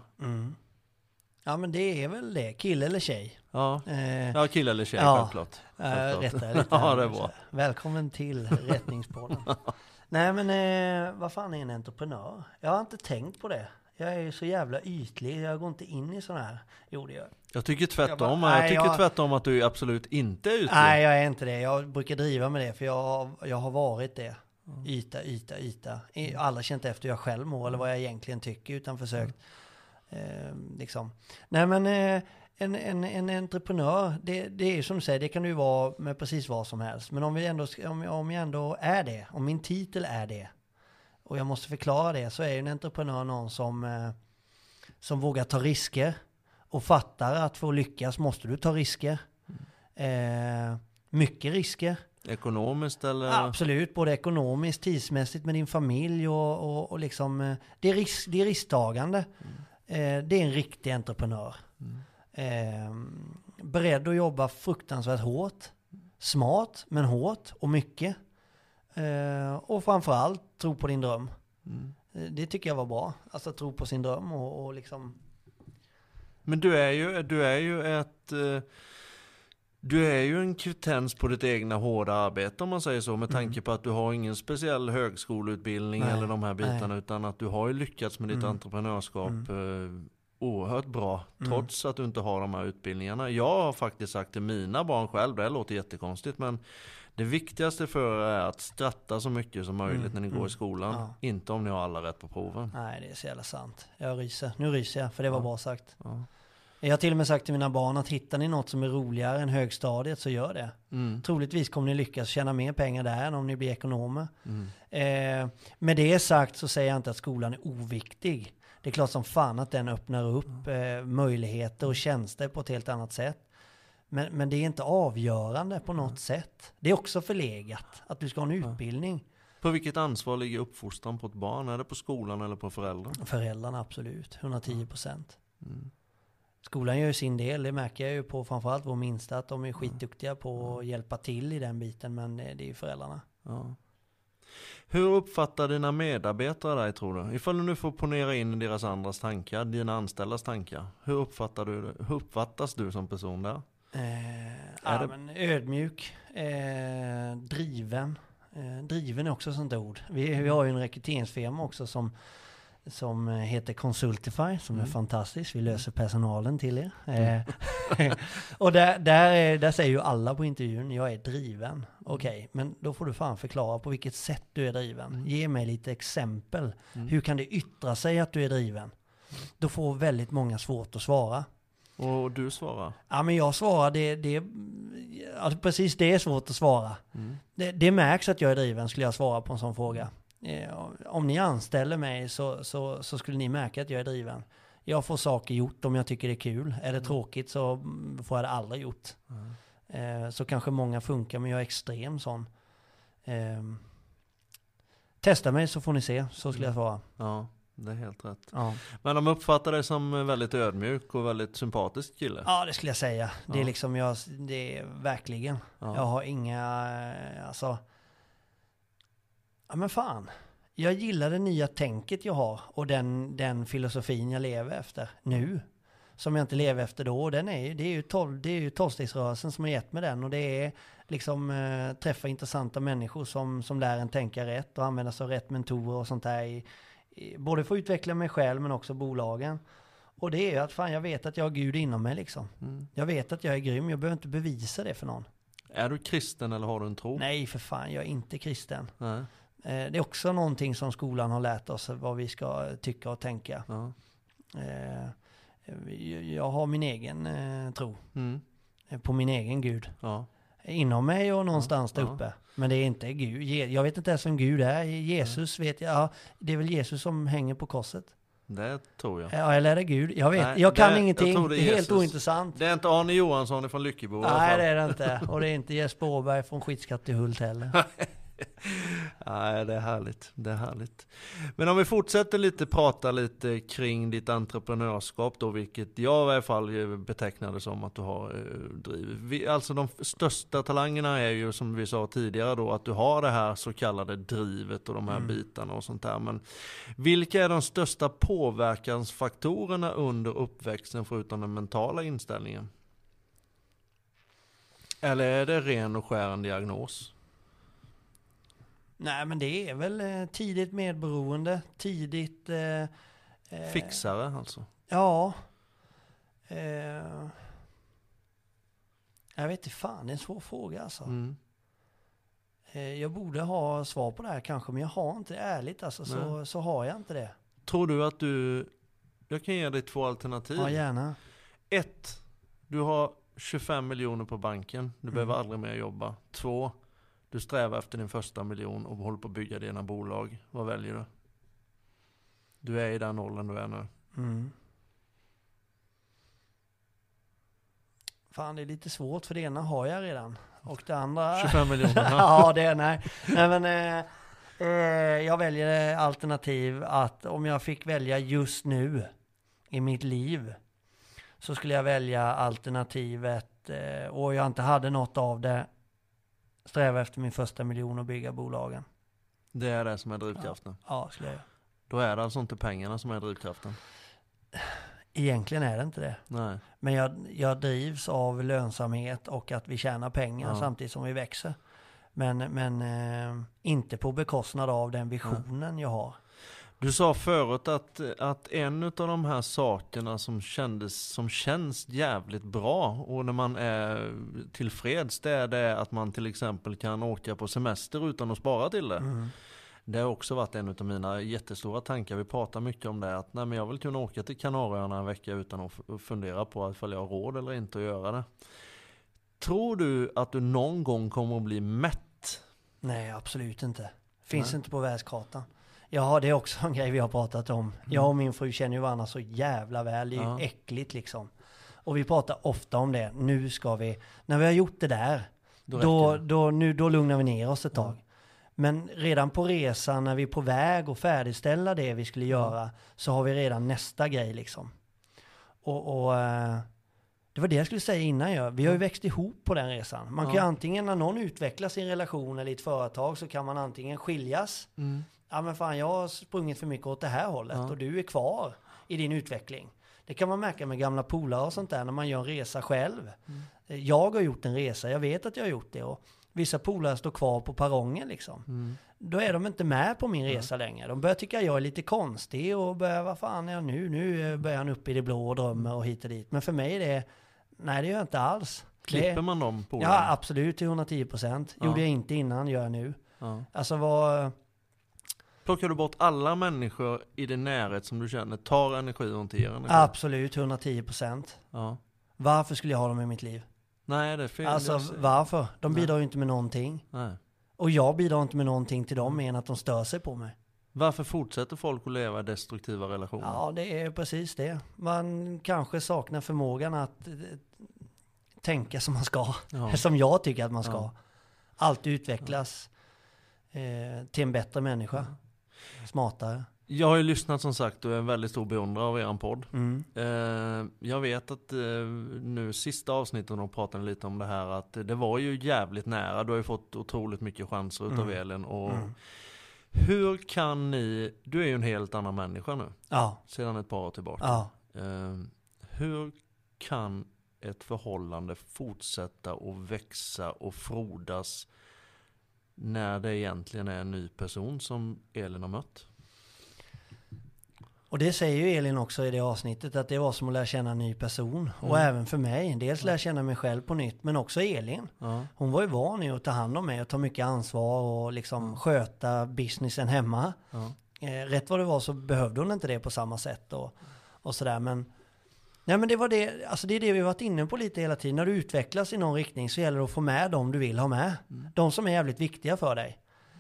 Ja, men det är väl det. Kille eller tjej? Ja, kille eller tjej, självklart. Rätta lite. Ja, det var. Välkommen till Rättningspodden. Nej, men vad fan är en entreprenör? Jag har inte tänkt på det. Jag är så jävla ytlig. Jag går inte in i sådana här. Jo, det gör jag. Jag tycker tvärtom. Jag tycker tvärtom att du absolut inte är ytlig. Nej, jag är inte det. Jag brukar driva med det, för jag har varit det. Yta. Aldrig känt efter hur jag själv mår eller vad jag egentligen tycker, utan försökt liksom. Nej, men en entreprenör, det är som du säger, det kan du ju vara med precis vad som helst. Men om jag ändå är det, om min titel är det, och jag måste förklara det, så är en entreprenör någon som vågar ta risker och fattar att för att lyckas måste du ta risker. Mycket risker. Ekonomiskt eller? Absolut, både ekonomiskt, tidsmässigt med din familj och liksom, det är risktagande. Det är en riktig entreprenör. Beredd att jobba fruktansvärt hårt. Smart, men hårt och mycket. Och framförallt tro på din dröm. Det tycker jag var bra. Alltså tro på sin dröm och liksom... Men du är ju en kvitens på ditt egna hårda arbete, om man säger så, med tanke på att du har ingen speciell högskoleutbildning eller de här bitarna, utan att du har ju lyckats med ditt entreprenörskap oerhört bra, trots att du inte har de här utbildningarna. Jag har faktiskt sagt till mina barn själv, det låter jättekonstigt, men det viktigaste för er är att skratta så mycket som möjligt när ni går i skolan. Inte om ni har alla rätt på proven. Nej, det är så jävla sant. Nu ryser jag, för det var bra sagt. Ja. Jag har till och med sagt till mina barn att hittar ni något som är roligare än högstadiet, så gör det. Troligtvis kommer ni lyckas tjäna mer pengar där än om ni blir ekonomer. Med det sagt så säger jag inte att skolan är oviktig. Det är klart som fan att den öppnar upp möjligheter och tjänster på ett helt annat sätt. Men det är inte avgörande på något sätt. Det är också förlegat att du ska ha en utbildning. På vilket ansvar ligger uppfostran på ett barn? Är det på skolan eller på föräldrarna? Föräldrarna, absolut. 110%. Skolan gör ju sin del. Det märker jag ju på framförallt vår minsta, att de är skitduktiga på att hjälpa till i den biten. Men det är ju föräldrarna. Ja. Hur uppfattar dina medarbetare dig, tror du? Ifall du nu får ponera in deras andras tankar, dina anställdas tankar. Hur uppfattas du som person där? Men ödmjuk, driven. Driven är också ett sånt ord. Vi har ju en rekryteringsfirma också som heter Consultify, som är fantastisk. Vi löser personalen till er. Och där säger ju alla på intervjun, jag är driven. Okej, men då får du fan förklara på vilket sätt du är driven. Ge mig lite exempel. Hur kan det yttra sig att du är driven? Då får väldigt många svårt att svara. Och du svarar? Ja, men jag svarar, precis det är svårt att svara. Det märks att jag är driven, skulle jag svara på en sån fråga. Om ni anställer mig så skulle ni märka att jag är driven. Jag får saker gjort om jag tycker det är kul. Är det tråkigt så får jag det aldrig gjort. Så kanske många funkar, men jag är extrem sån. Testa mig så får ni se, så skulle jag svara. Ja, det är helt rätt. Ja. Men de uppfattar dig som väldigt ödmjuk och väldigt sympatisk kille. Ja, det skulle jag säga. Det är liksom det är verkligen. Jag har inga, ja men fan. Jag gillar det nya tänket jag har och den filosofin jag lever efter nu. Som jag inte lever efter då. Det är ju 12-stegsrörelsen som har gett mig den. Och det är liksom träffa intressanta människor som lär en tänka rätt och använda sig av rätt mentorer och sånt där. Både för att utveckla mig själv men också bolagen. Och det är ju att fan, jag vet att jag har Gud inom mig liksom. Jag vet att jag är grym. Jag behöver inte bevisa det för någon. Är du kristen eller har du en tro? Nej, för fan. Jag är inte kristen. Nej. Det är också någonting som skolan har lärt oss vad vi ska tycka och tänka. Ja. Jag har min egen tro. På min egen Gud. Ja. Inom mig och någonstans där uppe. Men det är inte Gud. Jag vet inte ens vem Gud är. Jesus vet jag. Ja, det är väl Jesus som hänger på korset. Det tror jag. Ja, eller är det Gud? Jag vet. Jag kan ingenting. Det är helt ointressant. Det är inte Arne Johansson från Lyckebo. Nej, det är det inte. Och det är inte Jesper Åberg från Skitskattehult heller. Nej, det är härligt. Det är härligt. Men om vi fortsätter prata lite kring ditt entreprenörskap då, vilket jag i alla fall betecknade som att du har driv. Alltså de största talangerna är ju, som vi sa tidigare då, att du har det här så kallade drivet och de här bitarna och sånt där. Men vilka är de största påverkansfaktorerna under uppväxten förutom den mentala inställningen? Eller är det ren och skär en diagnos? Nej, men det är väl tidigt medberoende, tidigt... Fixare alltså? Ja. Jag vet inte fan, det är en svår fråga alltså. Jag borde ha svar på det här kanske, men jag har inte det ärligt alltså, så har jag inte det. Tror du att jag kan ge dig 2 alternativ? Ja, gärna. 1. Du har 25 miljoner på banken. Du behöver aldrig mer jobba. 2. Du strävar efter din första miljon och håller på att bygga dina bolag. Vad väljer du? Du är i den åldern du är nu. Fan, det är lite svårt för det ena har jag redan. Och det andra... 25 miljoner. Ja, det är nej. Nej, men jag väljer alternativ att om jag fick välja just nu i mitt liv så skulle jag välja alternativet och jag inte hade något av det, sträva efter min första miljon och bygga bolagen. Det är det som är drivkraften. Ja, skulle jag göra. Då är det alltså inte pengarna som är drivkraften. Egentligen är det inte det. Nej. Men jag drivs av lönsamhet och att vi tjänar pengar samtidigt som vi växer. Men inte på bekostnad av den visionen jag har. Du sa förut att en av de här sakerna som känns jävligt bra och när man är tillfreds, det är det att man till exempel kan åka på semester utan att spara till det. Det har också varit en av mina jättestora tankar. Vi pratar mycket om det. Att men jag vill kunna åka till Kanarieöarna en vecka utan att fundera på ifall jag har råd eller inte att göra det. Tror du att du någon gång kommer att bli mätt? Nej, absolut inte. Finns inte på världskartan. Ja, det är också en grej vi har pratat om. Jag och min fru känner ju varandra så jävla väl. Det är ju äckligt liksom. Och vi pratar ofta om det. Nu ska vi... När vi har gjort det där, då lugnar vi ner oss ett tag. Men redan på resan när vi är på väg och färdigställa det vi skulle göra så har vi redan nästa grej liksom. Och det var det jag skulle säga innan. Vi har ju växt ihop på den resan. Man kan ju antingen när någon utvecklar sin relation eller i ett företag så kan man antingen skiljas. Ja men fan, jag har sprungit för mycket åt det här hållet och du är kvar i din utveckling. Det kan man märka med gamla polare och sånt där när man gör en resa själv. Jag har gjort en resa, jag vet att jag har gjort det och vissa polare står kvar på perrongen liksom. Då är de inte med på min resa längre. De börjar tycka jag är lite konstig och börjar, vad fan är jag nu? Nu börjar han upp i det blå och drömmer och hit och dit. Men för mig är det, nej det gör jag inte alls. Klipper man dem på? Ja, absolut till 110%. Gjorde jag inte innan, gör jag nu. Alltså vad... Plockar du bort alla människor i din närhet som du känner tar energi och inte ger energi? Absolut, 110%. Ja. Varför skulle jag ha dem i mitt liv? Nej, det är fel. Alltså varför? De bidrar ju inte med någonting. Nej. Och jag bidrar inte med någonting till dem än att de stör sig på mig. Varför fortsätter folk att leva i destruktiva relationer? Ja, det är precis det. Man kanske saknar förmågan att tänka som man ska. Som jag tycker att man ska. Alltid utvecklas till en bättre människa. Smartare. Jag har ju lyssnat som sagt och är en väldigt stor beundrare av er podd. Jag vet att nu sista avsnittet de pratade lite om det här att det var ju jävligt nära. Du har ju fått otroligt mycket chanser utav Elin. Och hur kan ni, du är ju en helt annan människa nu. Sedan ett par år tillbaka. Hur kan ett förhållande fortsätta och växa och frodas när det egentligen är en ny person som Elin har mött? Och det säger ju Elin också i det avsnittet att det var som att lära känna en ny person. Och även för mig. Dels lära känna mig själv på nytt men också Elin. Hon var ju van i att ta hand om mig och ta mycket ansvar och liksom sköta businessen hemma. Rätt vad det var så behövde hon inte det på samma sätt och sådär. Men det var det, alltså det är det vi varit inne på lite hela tiden. När du utvecklas i någon riktning så gäller det att få med dem du vill ha med. De som är jävligt viktiga för dig.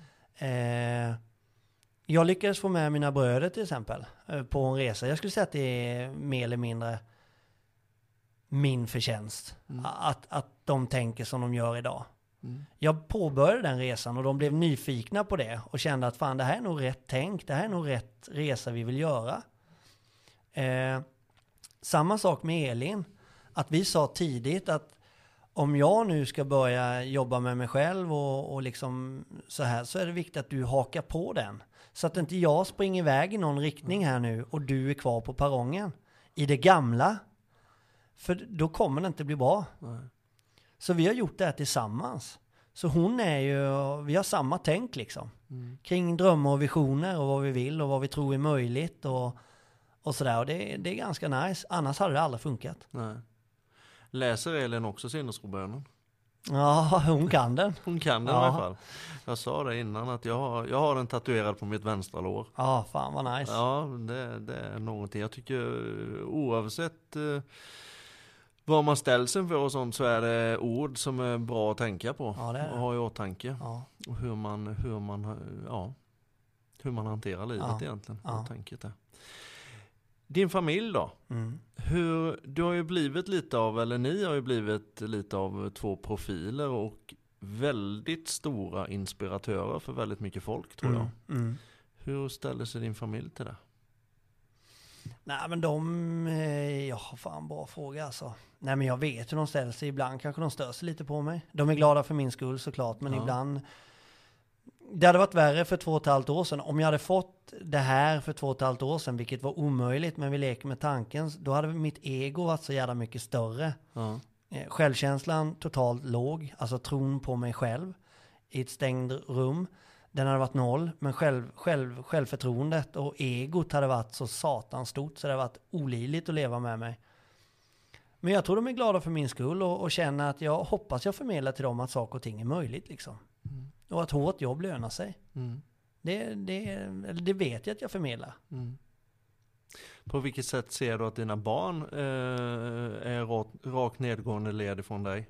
Jag lyckades få med mina bröder till exempel på en resa. Jag skulle säga att det är mer eller mindre min förtjänst. Att de tänker som de gör idag. Jag påbörjade den resan och de blev nyfikna på det och kände att fan, det här är nog rätt tänk. Det här är nog rätt resa vi vill göra. Samma sak med Elin. Att vi sa tidigt att om jag nu ska börja jobba med mig själv och liksom så här, så är det viktigt att du hakar på den. Så att inte jag springer iväg i någon riktning här nu och du är kvar på perrongen i det gamla. För då kommer det inte bli bra. Så vi har gjort det här tillsammans. Så hon är ju, vi har samma tänk liksom. Kring drömmar och visioner och vad vi vill och vad vi tror är möjligt och sådär. Och det är ganska nice. Annars hade det aldrig funkat. Nej. Läser Elin också sinnesrobönen? Ja, hon kan den. Hon kan den i alla fall. Jag sa det innan att jag har den tatuerad på mitt vänstra lår. Ja, fan vad nice. Ja, det är någonting. Jag tycker oavsett Vad man ställs inför och sånt, så är det ord som är bra att tänka på. Ja, det är det. Och ha i åtanke. Ja. Och hur man hanterar livet egentligen. Ja. Tänket är. Din familj då? Du har ju blivit lite av, eller ni har ju blivit lite av 2 profiler och väldigt stora inspiratörer för väldigt mycket folk, tror jag. Hur ställer sig din familj till det? Nej, men fan, bra fråga alltså. Nej, men jag vet hur de ställer sig. Ibland kanske de stör sig lite på mig. De är glada för min skull såklart, men ibland... Det hade varit värre för 2,5 år sedan. Om jag hade fått det här för 2,5 år sedan, vilket var omöjligt, men vi leker med tanken, då hade mitt ego varit så jävla mycket större. Självkänslan totalt låg, alltså tron på mig själv i ett stängt rum. Den hade varit 0, men självförtroendet och egot hade varit så satans stort, så det hade varit olidligt att leva med mig. Men jag tror de är glada för min skull och känner att jag hoppas jag förmedlar till dem att saker och ting är möjligt liksom. Och att hårt jobb lönar sig. Det vet jag att jag förmedlar. På vilket sätt ser du att dina barn är rakt nedgående led ifrån dig?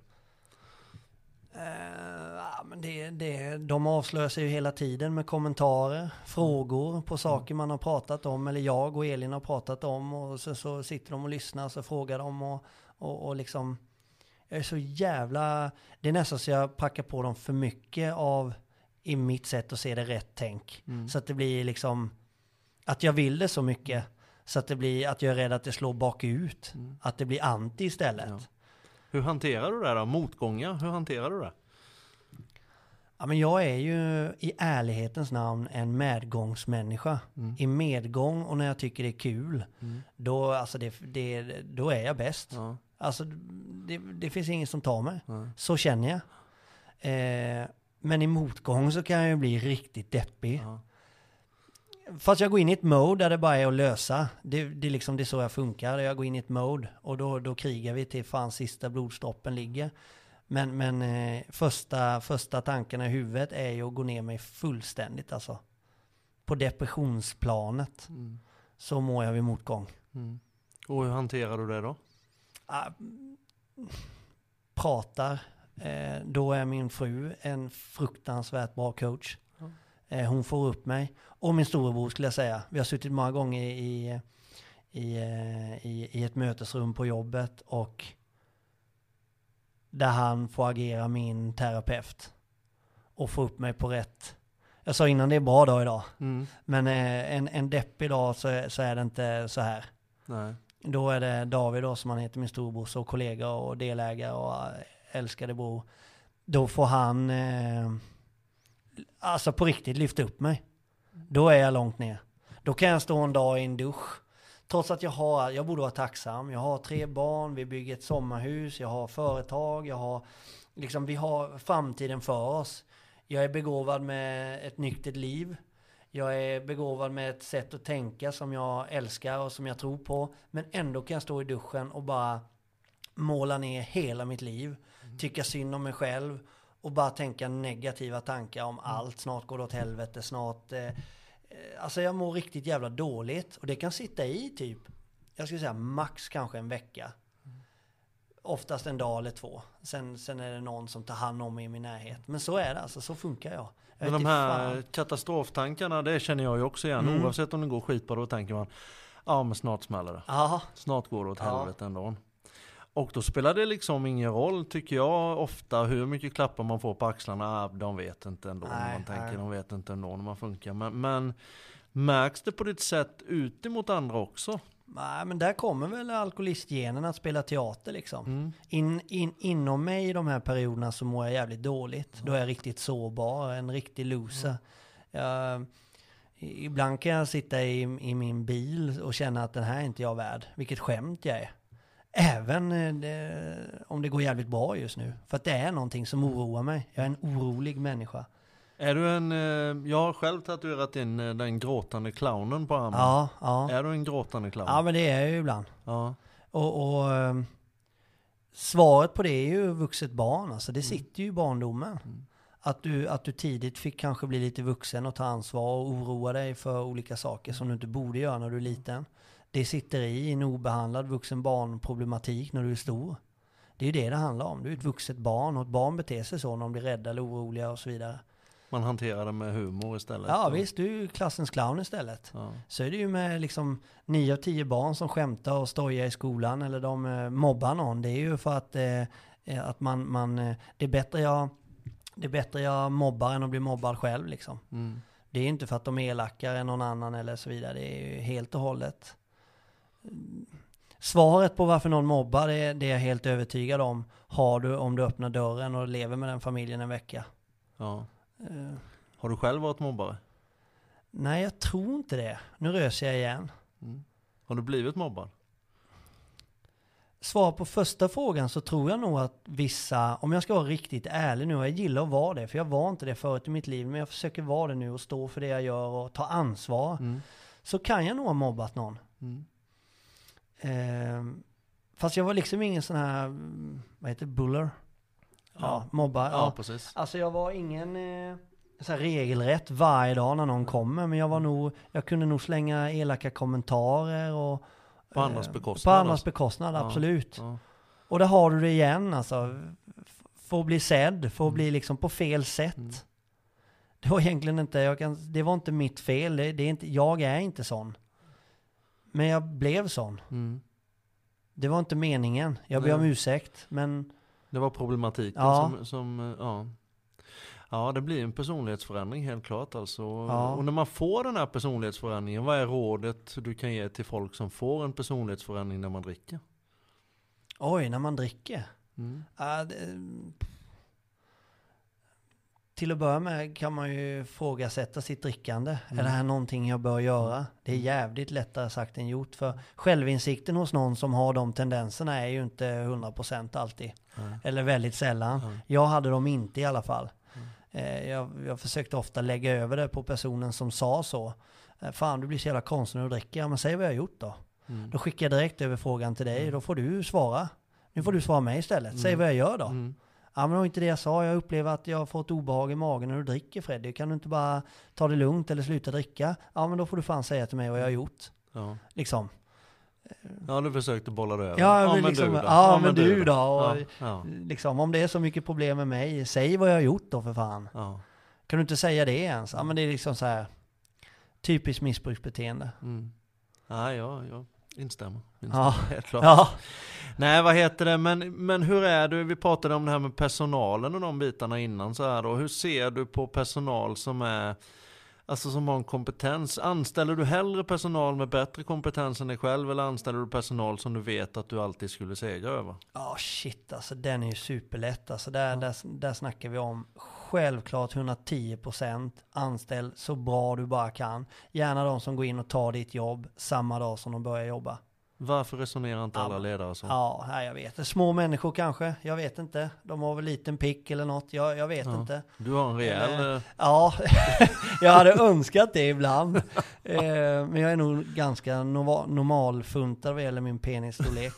Men de avslöjar sig ju hela tiden med kommentarer, frågor på saker man har pratat om, eller jag och Elin har pratat om, och så sitter de och lyssnar och så frågar de och liksom, jag är så jävla, det är nästan så jag packar på dem för mycket av i mitt sätt att se det rätt tänk. Så att det blir liksom att jag vill det så mycket så att det blir att jag är rädd att det slår bakut, att det blir anti istället. Ja. Hur hanterar du det då? Motgångar, hur hanterar du det? Ja, men jag är ju i ärlighetens namn en medgångsmänniska. I medgång och när jag tycker det är kul, då, alltså då är jag bäst. Ja. Alltså det finns ingen som tar mig. Så känner jag. Men i motgång så kan jag ju bli riktigt deppig. Fast jag går in i ett mode där det bara är att lösa. Det är så jag funkar. Jag går in i ett mode och då krigar vi till fan sista blodsdroppen ligger. Men första tankarna i huvudet är ju att gå ner mig fullständigt alltså. På depressionsplanet. Så mår jag vid motgång. Och hur hanterar du det då? Pratar. Då är min fru en fruktansvärt bra coach. Hon får upp mig. Och min storebror skulle jag säga. Vi har suttit många gånger i ett mötesrum på jobbet och där han får agera min terapeut och få upp mig på rätt. Jag sa innan det är bra dag idag. Men en deppig dag så är det inte så här. Nej. Då är det David då, som han heter, min storebror, så kollega och delägare och älskade bror. Då får han alltså på riktigt lyfta upp mig. Då är jag långt ner. Då kan jag stå en dag i en dusch. Trots att jag borde vara tacksam. Jag har 3 barn, vi bygger ett sommarhus, jag har företag, vi har framtiden för oss. Jag är begåvad med ett nyktert liv. Jag är begåvad med ett sätt att tänka som jag älskar och som jag tror på. Men ändå kan jag stå i duschen och bara måla ner hela mitt liv. Tycka synd om mig själv och bara tänka negativa tankar om allt. Snart går det åt helvete, snart... Alltså jag mår riktigt jävla dåligt. Och det kan sitta i typ, jag skulle säga max kanske en vecka. Oftast en dag eller 2. Sen är det någon som tar hand om mig i min närhet. Men så är det alltså, så funkar jag. Men de här katastroftankarna, det känner jag ju också igen. Oavsett om det går skitbra, då tänker man, ja men snart smäller det. Aha. Snart går det åt helvete ändå. Och då spelar det liksom ingen roll, tycker jag ofta, hur mycket klappar man får på axlarna. De vet inte ändå när man tänker, de vet inte ändå när man funkar. Men märks det på ditt sätt ute mot andra också? Nej, men där kommer väl alkoholistgenen att spela teater liksom. Inom mig i de här perioderna så mår jag jävligt dåligt. Då är jag riktigt sårbar, en riktig loser. Ibland kan jag sitta i min bil och känna att den här är inte jag värd. Vilket skämt jag är. Även om det går jävligt bra just nu. För att det är någonting som oroar mig. Jag är en orolig människa. Är du jag har själv tatuerat in den gråtande clownen på armen. Ja. Är du en gråtande clown? Ja, men det är jag ju ibland. Ja. Och svaret på det är ju vuxet barn. Alltså det sitter ju i barndomen. Att du tidigt fick kanske bli lite vuxen och ta ansvar och oroa dig för olika saker som du inte borde göra när du är liten. det sitter i en obehandlad vuxen barnproblematik när du är stor. Det är ju det handlar om. Du är ett vuxet barn och ett barn beter sig så när de blir rädda eller oroliga och så vidare. Man hanterar det med humor istället. Ja visst, du är ju klassens clown istället. Ja. Så är det ju med liksom 9 av 10 barn som skämtar och stojar i skolan eller de mobbar någon. Det är ju för att man det är bättre jag mobbar än att bli mobbad själv liksom. Det är inte för att de är elakare än någon annan eller så vidare. Det är ju helt och hållet. Svaret på varför någon mobbar, det är jag helt övertygad om. Har du om du öppnar dörren och lever med den familjen en vecka. Ja. Har du själv varit mobbare? Nej, jag tror inte det. Nu röser jag igen. Har du blivit mobbad? Svar på första frågan så tror jag nog att vissa, om jag ska vara riktigt ärlig nu, och jag gillar att vara det, för jag var inte det förut i mitt liv, men jag försöker vara det nu och stå för det jag gör och ta ansvar, så kan jag nog ha mobbat någon. Fast jag var liksom ingen sån här, vad heter det, buller? Ja, mobbar. Ja, precis. Alltså jag var ingen så här regelrätt varje dag när någon kommer, men jag kunde nog slänga elaka kommentarer och på andras bekostnad. På andras bekostnad, absolut. Ja. Och där har du det igen, alltså. Få bli sedd, få bli liksom på fel sätt. Det var egentligen inte, det var inte mitt fel. Det är inte, jag är inte sån. Men jag blev sån. Det var inte meningen. Jag ber om ursäkt, men... Det var problematiken som ja, det blir en personlighetsförändring helt klart alltså. Ja. Och när man får den här personlighetsförändringen, vad är rådet du kan ge till folk som får en personlighetsförändring när man dricker? Oj, när man dricker? Till att börja med kan man ju ifrågasätta sitt drickande. Är det här någonting jag bör göra? Det är jävligt lättare sagt än gjort. För självinsikten hos någon som har de tendenserna är ju inte 100% alltid. Eller väldigt sällan. Jag hade dem inte i alla fall. Jag försökte ofta lägga över det på personen som sa så. Fan, du blir så jävla konstig när du dricker. Ja, men säg vad jag har gjort då. Då skickar jag direkt över frågan till dig. Då får du svara. Nu får du svara mig istället. Säg vad jag gör då. Ja, men det var inte det jag sa. Jag upplever att jag har fått obehag i magen när du dricker, Freddy. Kan du inte bara ta det lugnt eller sluta dricka? Ja, men då får du fan säga till mig vad jag har gjort. Ja. Liksom. Ja, du försökte bolla det över. Ja, men liksom, men du då. Och liksom, om det är så mycket problem med mig, säg vad jag har gjort då för fan. Ja. Kan du inte säga det ens? Ja, men det är liksom så här typiskt missbruksbeteende. Ja, jag instämmer. Helt klart. Ja. Nej, vad heter det? Men hur är du? Vi pratade om det här med personalen och de bitarna innan så här då. Hur ser du på personal som är, alltså som har en kompetens? Anställer du hellre personal med bättre kompetens än dig själv, eller anställer du personal som du vet att du alltid skulle segra över? Shit, alltså den är ju superlätt. Alltså där snackar vi om självklart 110% anställ så bra du bara kan. Gärna de som går in och tar ditt jobb samma dag som de börjar jobba. Varför resonerar inte alla ledare så? Ja, jag vet. Små människor kanske. Jag vet inte. De har väl liten pick eller något. Jag vet inte. Du har en rejäl... Ja, jag hade önskat det ibland. Men jag är nog ganska normalfuntad vad gäller min penisstorlek.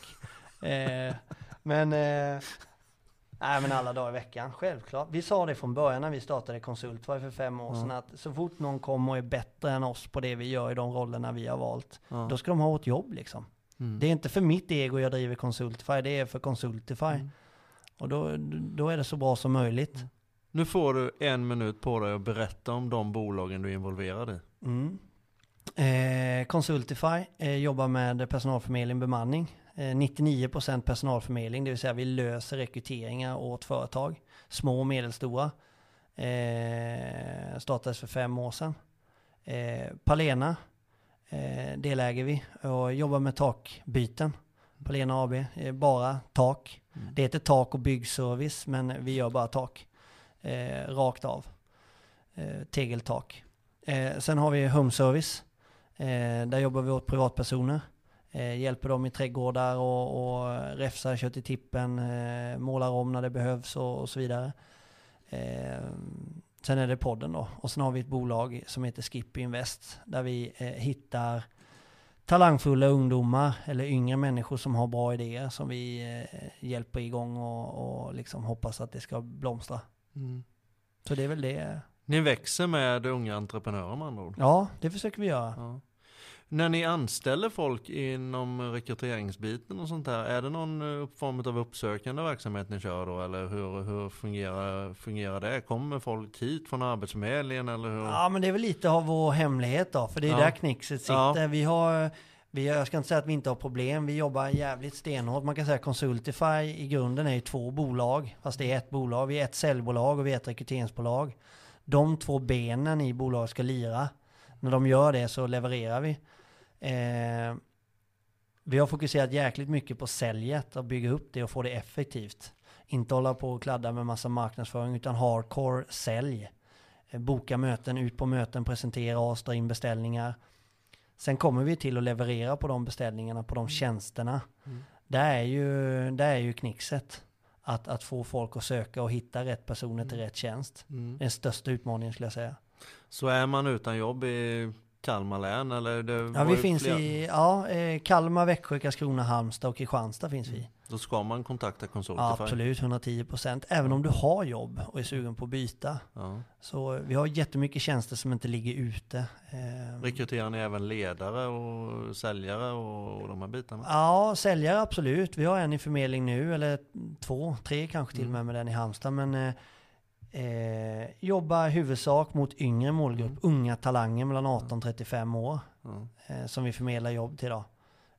Men alla dagar i veckan, självklart. Vi sa det från början när vi startade Konsult för 5 år sedan, att så fort någon kommer och är bättre än oss på det vi gör i de rollerna vi har valt, då ska de ha ett jobb liksom. Det är inte för mitt ego jag driver Consultify, det är för Consultify. Och då är det så bra som möjligt. Nu får du 1 minut på dig att berätta om de bolagen du är involverad i. Consultify jobbar med personalförmedling, bemanning. 99% personalförmedling, det vill säga vi löser rekryteringar åt företag, små och medelstora. Startades för 5 år sedan. Palena deläger vi och jobbar med takbyten. Palena AB, bara tak. Det heter tak och byggservice, men vi gör bara tak. Rakt av. Tegeltak. Sen har vi home service. Där jobbar vi åt privatpersoner. Hjälper dem i trädgårdar och räfsar, kör till tippen, målar om när det behövs och så vidare. Sen är det podden då. Och sen har vi ett bolag som heter Skip Invest där vi hittar talangfulla ungdomar eller yngre människor som har bra idéer som vi hjälper igång och liksom hoppas att det ska blomstra. Så det är väl det. Ni växer med unga entreprenörer med andra ord. Ja, det försöker vi göra. Ja. När ni anställer folk inom rekryteringsbiten och sånt där, är det någon form av uppsökande verksamhet ni kör då? Eller hur fungerar det? Kommer folk hit från Arbetsförmedlingen eller hur? Ja, men det är väl lite av vår hemlighet då, för det är där knixet sitter. Ja. Jag ska inte säga att vi inte har problem, vi jobbar jävligt stenhårt. Man kan säga att Consultify i grunden är ju 2 bolag, fast det är ett bolag. Vi är ett säljbolag och vi är ett rekryteringsbolag. De 2 benen i bolaget ska lira. När de gör det så levererar vi. Vi har fokuserat jäkligt mycket på säljet och bygga upp det och få det effektivt. Inte hålla på och kladda med massa marknadsföring utan hardcore sälj. Boka möten, ut på möten, presentera oss, dra in beställningar. Sen kommer vi till att leverera på de beställningarna, på de tjänsterna. Det är ju knixet. Att få folk att söka och hitta rätt personer till rätt tjänst. Det är den största utmaningen skulle jag säga. Så är man utan jobb i Kalmar län? Eller ja, vi finns i Kalmar, Växjö, Karlskrona, Halmstad och Kristianstad finns vi. Då ska man kontakta Consultify? Ja, absolut, 110%. Även om du har jobb och är sugen på att byta. Ja. Så vi har jättemycket tjänster som inte ligger ute. Rekryterar ni även ledare och säljare och de här bitarna? Ja, säljare absolut. Vi har en i förmedling nu, eller 2, 3 kanske till och med den i Halmstad. Men jobbar huvudsak mot yngre målgrupp, unga talanger mellan 18-35 år som vi förmedlar jobb till då.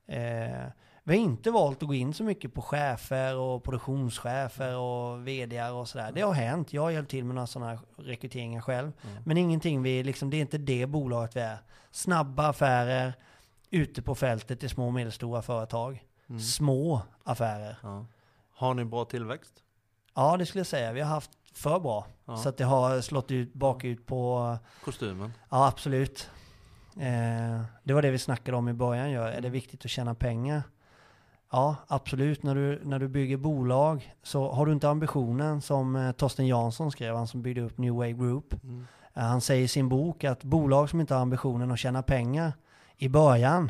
Vi har inte valt att gå in så mycket på chefer och produktionschefer och vd:ar och sådär. Det har hänt. Jag har hjälpt till med några sådana rekryteringar själv. Men ingenting det är inte det bolaget vi är. Snabba affärer ute på fältet i små och medelstora företag. Små affärer. Ja. Har ni bra tillväxt? Ja, det skulle jag säga. Vi har haft för bra. Ja. Så att det har slått bakut på kostymen. Ja, absolut. Det var det vi snackade om i början. Är det viktigt att tjäna pengar? Ja, absolut. När du bygger bolag så har du inte ambitionen som Torsten Jansson skrev, han som byggde upp New Way Group. Han säger i sin bok att bolag som inte har ambitionen att tjäna pengar i början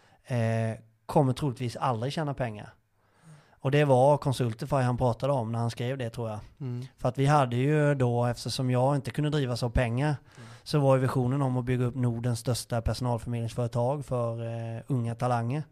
kommer troligtvis aldrig tjäna pengar. Och det var Consultify han pratade om när han skrev det, tror jag. För att vi hade ju då, eftersom jag inte kunde drivas av pengar, så var ju visionen om att bygga upp Nordens största personalförmedlingsföretag för unga talanger.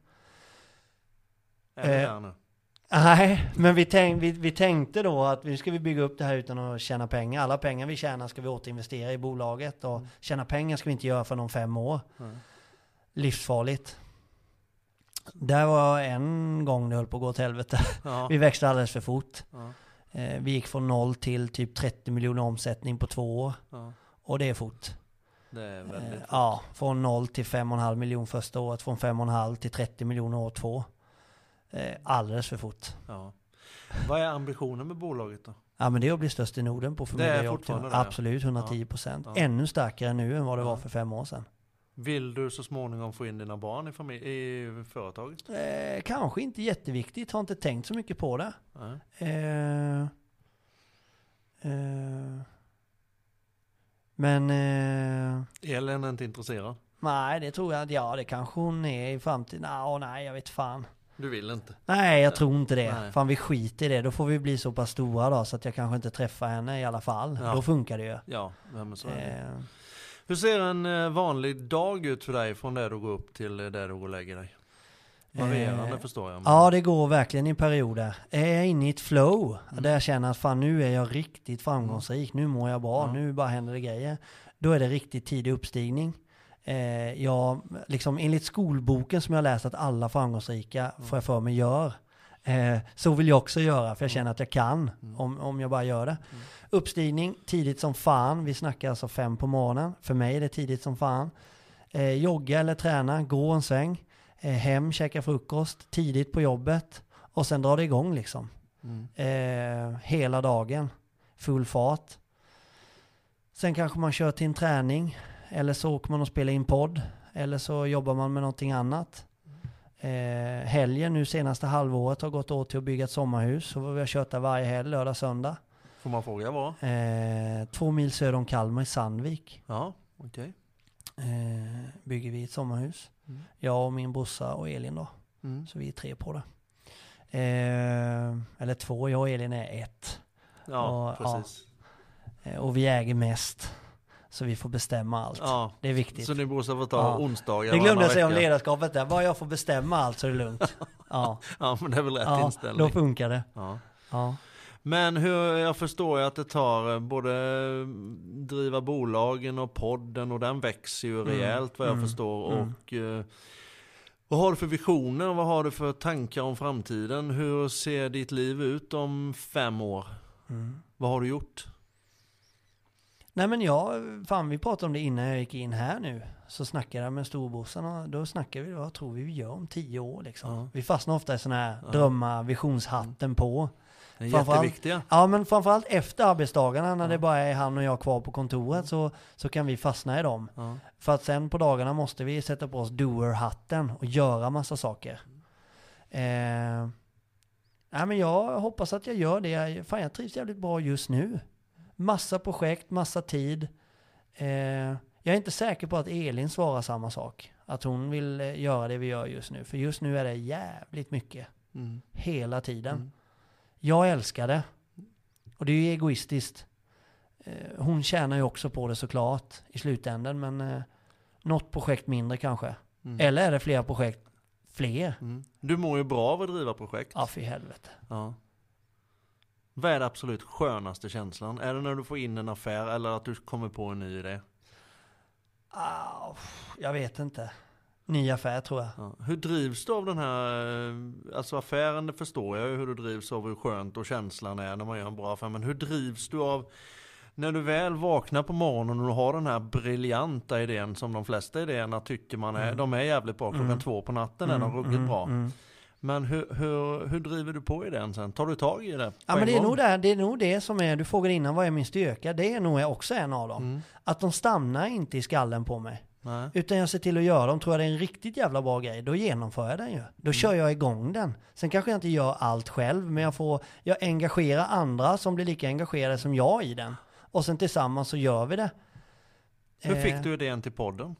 Nej, men vi tänkte då att nu ska vi bygga upp det här utan att tjäna pengar. Alla pengar vi tjänar ska vi återinvestera i bolaget och tjäna pengar ska vi inte göra för de 5 år. Livsfarligt. Där var en gång det höll på att gå åt helvete. Ja. Vi växte alldeles för fort. Ja. Vi gick från 0 till typ 30 miljoner omsättning på 2 år. Ja. Och det är fort. Det är väldigt fort. Ja, från 0 till 5,5 miljoner första året. Från 5,5 till 30 miljoner år 2. Alldeles för fort. Ja. Vad är ambitionen med bolaget då? Ja, men det är att bli störst i Norden på förmedlarjobb. Absolut, 110%. Ja. Ännu starkare nu än vad det var för 5 år sedan. Vill du så småningom få in dina barn i företaget? Kanske inte jätteviktigt. Har inte tänkt så mycket på det. Men... Elin är inte intresserad? Nej, det tror jag. Ja, det kanske hon är i framtiden. Nej, jag vet fan. Du vill inte? Nej, jag tror inte det. Nej. Fan, vi skiter i det. Då får vi bli så pass stora då, så att jag kanske inte träffar henne i alla fall. Ja. Då funkar det ju. Ja, men så är det. Hur ser en vanlig dag ut för dig från där du går upp till där du går och lägger dig? Varierande förstår jag. Ja, det går verkligen i perioder. Är jag inne i ett flow där jag känner att fan, nu är jag riktigt framgångsrik. Nu mår jag bra. Nu bara händer det grejer. Då är det riktigt tidig uppstigning. Jag, liksom, enligt skolboken som jag läst att alla framgångsrika får jag för mig gör. Så vill jag också göra, för jag känner att jag kan om jag bara gör det. Uppstigning tidigt som fan. Vi snackar alltså 5 på morgonen. För mig är det tidigt som fan. Jogga eller träna, gå en sväng. Hem, käka frukost, tidigt på jobbet. Och sen drar det igång liksom. Hela dagen. Full fart. Sen kanske man kör till en träning. Eller så åker man och spelar in podd. Eller så jobbar man med någonting annat. Helgen nu senaste halvåret har gått åt till att bygga ett sommarhus. Så vi har kört där varje helg, lördag, söndag. Får man fråga vad? 2 mil söder om Kalmar i Sandvik. Ja, okej. Bygger vi ett sommarhus. Jag och min brorsa och Elin då. Så vi är 3 på det. Eller 2, jag och Elin är 1. Ja, och, precis. Och vi äger mest. Så vi får bestämma allt. Ja. Det är viktigt. Så ni måste få ta onsdagar. Det glömde jag säga om ledarskapet där. Bara jag får bestämma allt så är det lugnt. Ja, ja, men det är väl rätt inställning. Då funkar det. Ja. Men jag förstår ju att det tar både driva bolagen och podden, och den växer ju rejält vad jag förstår. Och vad har du för visioner? Vad har du för tankar om framtiden? Hur ser ditt liv ut om 5 år? Vad har du gjort? Nej men vi pratade om det innan jag gick in här nu. Så snackade jag med storbrorsan och då snackade vi, vad tror vi gör om 10 år liksom. Ja. Vi fastnar ofta i sån här drömmar, visionshatten på. Det är jätteviktiga. Ja, men framförallt efter arbetsdagarna när det bara är han och jag kvar på kontoret så kan vi fastna i dem. Ja. För att sen på dagarna måste vi sätta på oss doer-hatten och göra massa saker. Men jag hoppas att jag gör det. Jag trivs jävligt bra just nu. Massa projekt, massa tid. Jag är inte säker på att Elin svarar samma sak. Att hon vill göra det vi gör just nu. För just nu är det jävligt mycket. Hela tiden. Jag älskar det. Och det är ju egoistiskt. Hon tjänar ju också på det såklart i slutändan. Men något projekt mindre kanske. Eller är det flera projekt? Fler. Du mår ju bra av att driva projekt. Ja, för helvete. Ja. Vad är det absolut skönaste känslan? Är det när du får in en affär eller att du kommer på en ny idé? Jag vet inte. Ny affär tror jag. Ja. Hur drivs du av den här, alltså affären, det förstår jag ju hur du drivs av hur skönt och känslan är när man gör en bra affär. Men hur drivs du av när du väl vaknar på morgonen och du har den här briljanta idén som de flesta idéerna tycker man är, de är jävligt bra klockan 2 på natten är de ruggigt bra. Men hur driver du på idén sen? Tar du tag i det? Ja, men det är nog det som är, du frågade innan vad är min styrka? Det är nog också en av dem. Att de stannar inte i skallen på mig. Nej. Utan jag ser till att göra dem. Tror jag det är en riktigt jävla bra grej, då genomför jag den ju. Då kör jag igång den. Sen kanske jag inte gör allt själv, men jag engagerar andra som blir lika engagerade som jag i den. Och sen tillsammans så gör vi det. Hur fick du idén till podden?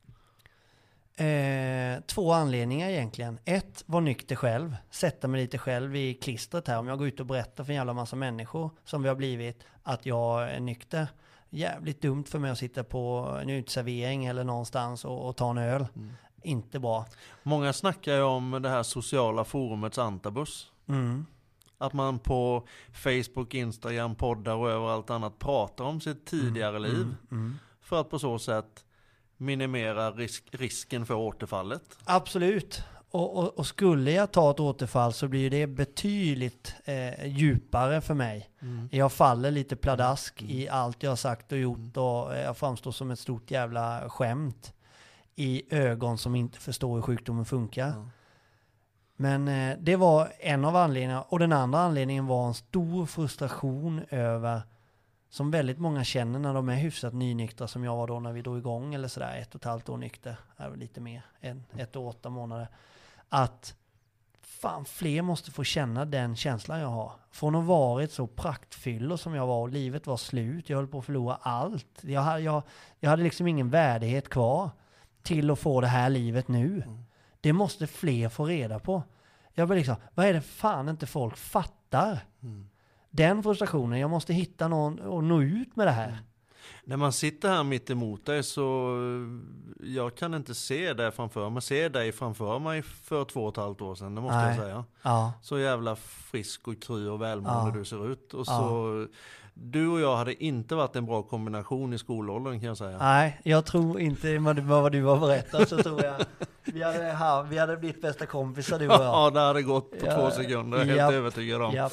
2 anledningar egentligen. 1 var nykter själv. Sätta mig lite själv i klistret här. Om jag går ut och berättar för en jävla massa människor som vi har blivit att jag är nykter. Jävligt dumt för mig att sitta på en utservering eller någonstans och ta en öl. Inte bra. Många snackar ju om det här sociala forumets antabus. Att man på Facebook, Instagram, poddar och överallt annat pratar om sitt tidigare liv. För att på så sätt minimera risken för återfallet. Absolut. Och skulle jag ta ett återfall så blir det betydligt djupare för mig. Jag faller lite pladask i allt jag har sagt och gjort och jag framstår som ett stort jävla skämt i ögon som inte förstår hur sjukdomen funkar. Men det var en av anledningarna. Och den andra anledningen var en stor frustration över, som väldigt många känner när de är hyfsat nynyktra som jag var då när vi drog igång eller sådär 1,5 år nykter, lite mer än 1 år 8 månader, att fan fler måste få känna den känslan jag har. Från att ha varit så praktfyllo som jag var och livet var slut, jag höll på att förlora allt, jag hade liksom ingen värdighet kvar till att få det här livet nu. Det måste fler få reda på. Jag blir liksom, vad är det fan inte folk fattar? Den frustrationen, jag måste hitta någon och nå ut med det här. När man sitter här mitt emot dig så jag kan inte se dig framför mig. Se dig framför mig för 2,5 år sedan, det måste jag säga. Ja. Så jävla frisk och kry och välmående du ser ut. Och så, du och jag hade inte varit en bra kombination i skolåldern kan jag säga. Nej, jag tror inte med vad du har berättat så tror jag vi hade blivit bästa kompisar du och jag. Ja, det hade gått på 2 sekunder, helt övertygad om.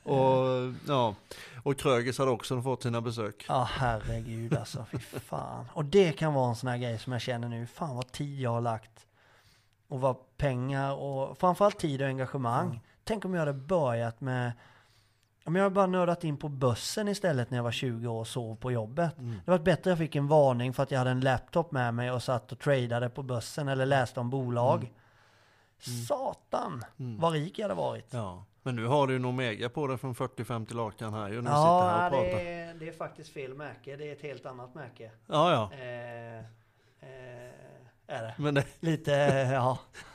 Och Krögers hade också fått sina besök. Ja, herregud alltså, fy fan. Och det kan vara en sån här grej som jag känner nu, fan vad tid jag har lagt. Och vad pengar och framförallt tid och engagemang. Tänk om jag hade börjat med, om jag hade bara nördat in på bussen istället när jag var 20 år och sov på jobbet. Det var bättre jag fick en varning för att jag hade en laptop med mig och satt och tradade på bussen eller läste om bolag. Satan, vad rik jag hade varit. Ja. Men nu har du en Omega på dig från 40-50 lakan här ju när du sitter här och pratar. Det är faktiskt fel märke. Det är ett helt annat märke. Ja. Är det. Men det... Lite, ja.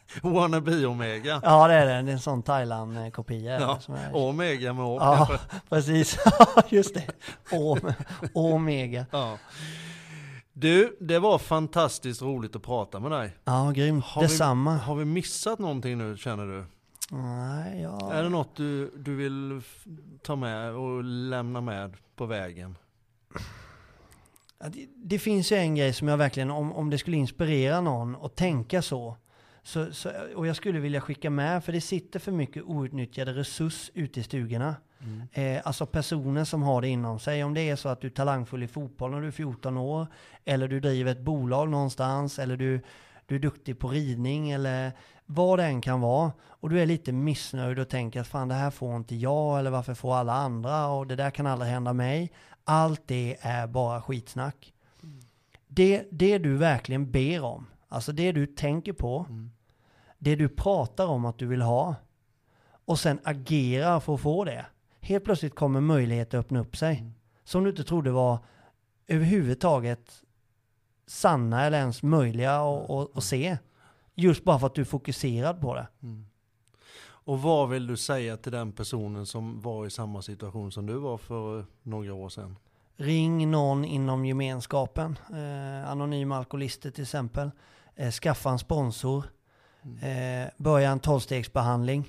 Wannabe Omega. Ja, det är det. Det är en sån Thailand-kopia. Ja, Omega med Å. Ja, precis. Just det. Omega. Ja. Du, det var fantastiskt roligt att prata med dig. Ja, grymt. Detsamma. Har vi missat någonting nu, känner du? Nej, ja. Är det något du vill ta med och lämna med på vägen? Ja, det finns ju en grej som jag verkligen, om det skulle inspirera någon att tänka så, och jag skulle vilja skicka med, för det sitter för mycket outnyttjade resurs ute i stugorna. Alltså personer som har det inom sig. Om det är så att du är talangfull i fotboll när du är 14 år, eller du driver ett bolag någonstans, eller du är duktig på ridning, eller vad det än kan vara, och du är lite missnöjd och tänker att fan, det här får inte jag, eller varför får alla andra, och det där kan aldrig hända mig. Allt det är bara skitsnack. Det du verkligen ber om, alltså det du tänker på, det du pratar om att du vill ha, och sen agerar för att få det. Helt plötsligt kommer möjlighet att öppna upp sig. Som du inte trodde var överhuvudtaget sanna eller ens möjliga att se. Just bara för att du är fokuserad på det. Och vad vill du säga till den personen som var i samma situation som du var för några år sedan? Ring någon inom gemenskapen. Anonyma alkoholister till exempel. Skaffa en sponsor. Börja en 12-stegsbehandling.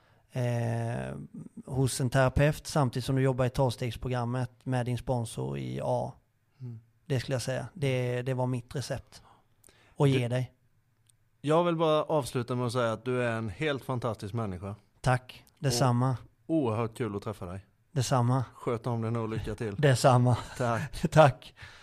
Hos en terapeut samtidigt som du jobbar i 12-stegsprogrammet med din sponsor i A. Det skulle jag säga. Det var mitt recept. Och ge dig. Jag vill bara avsluta med att säga att du är en helt fantastisk människa. Tack, detsamma. Oerhört kul att träffa dig. Detsamma. Sköt om dig nu och lycka till. Detsamma. Tack. Tack.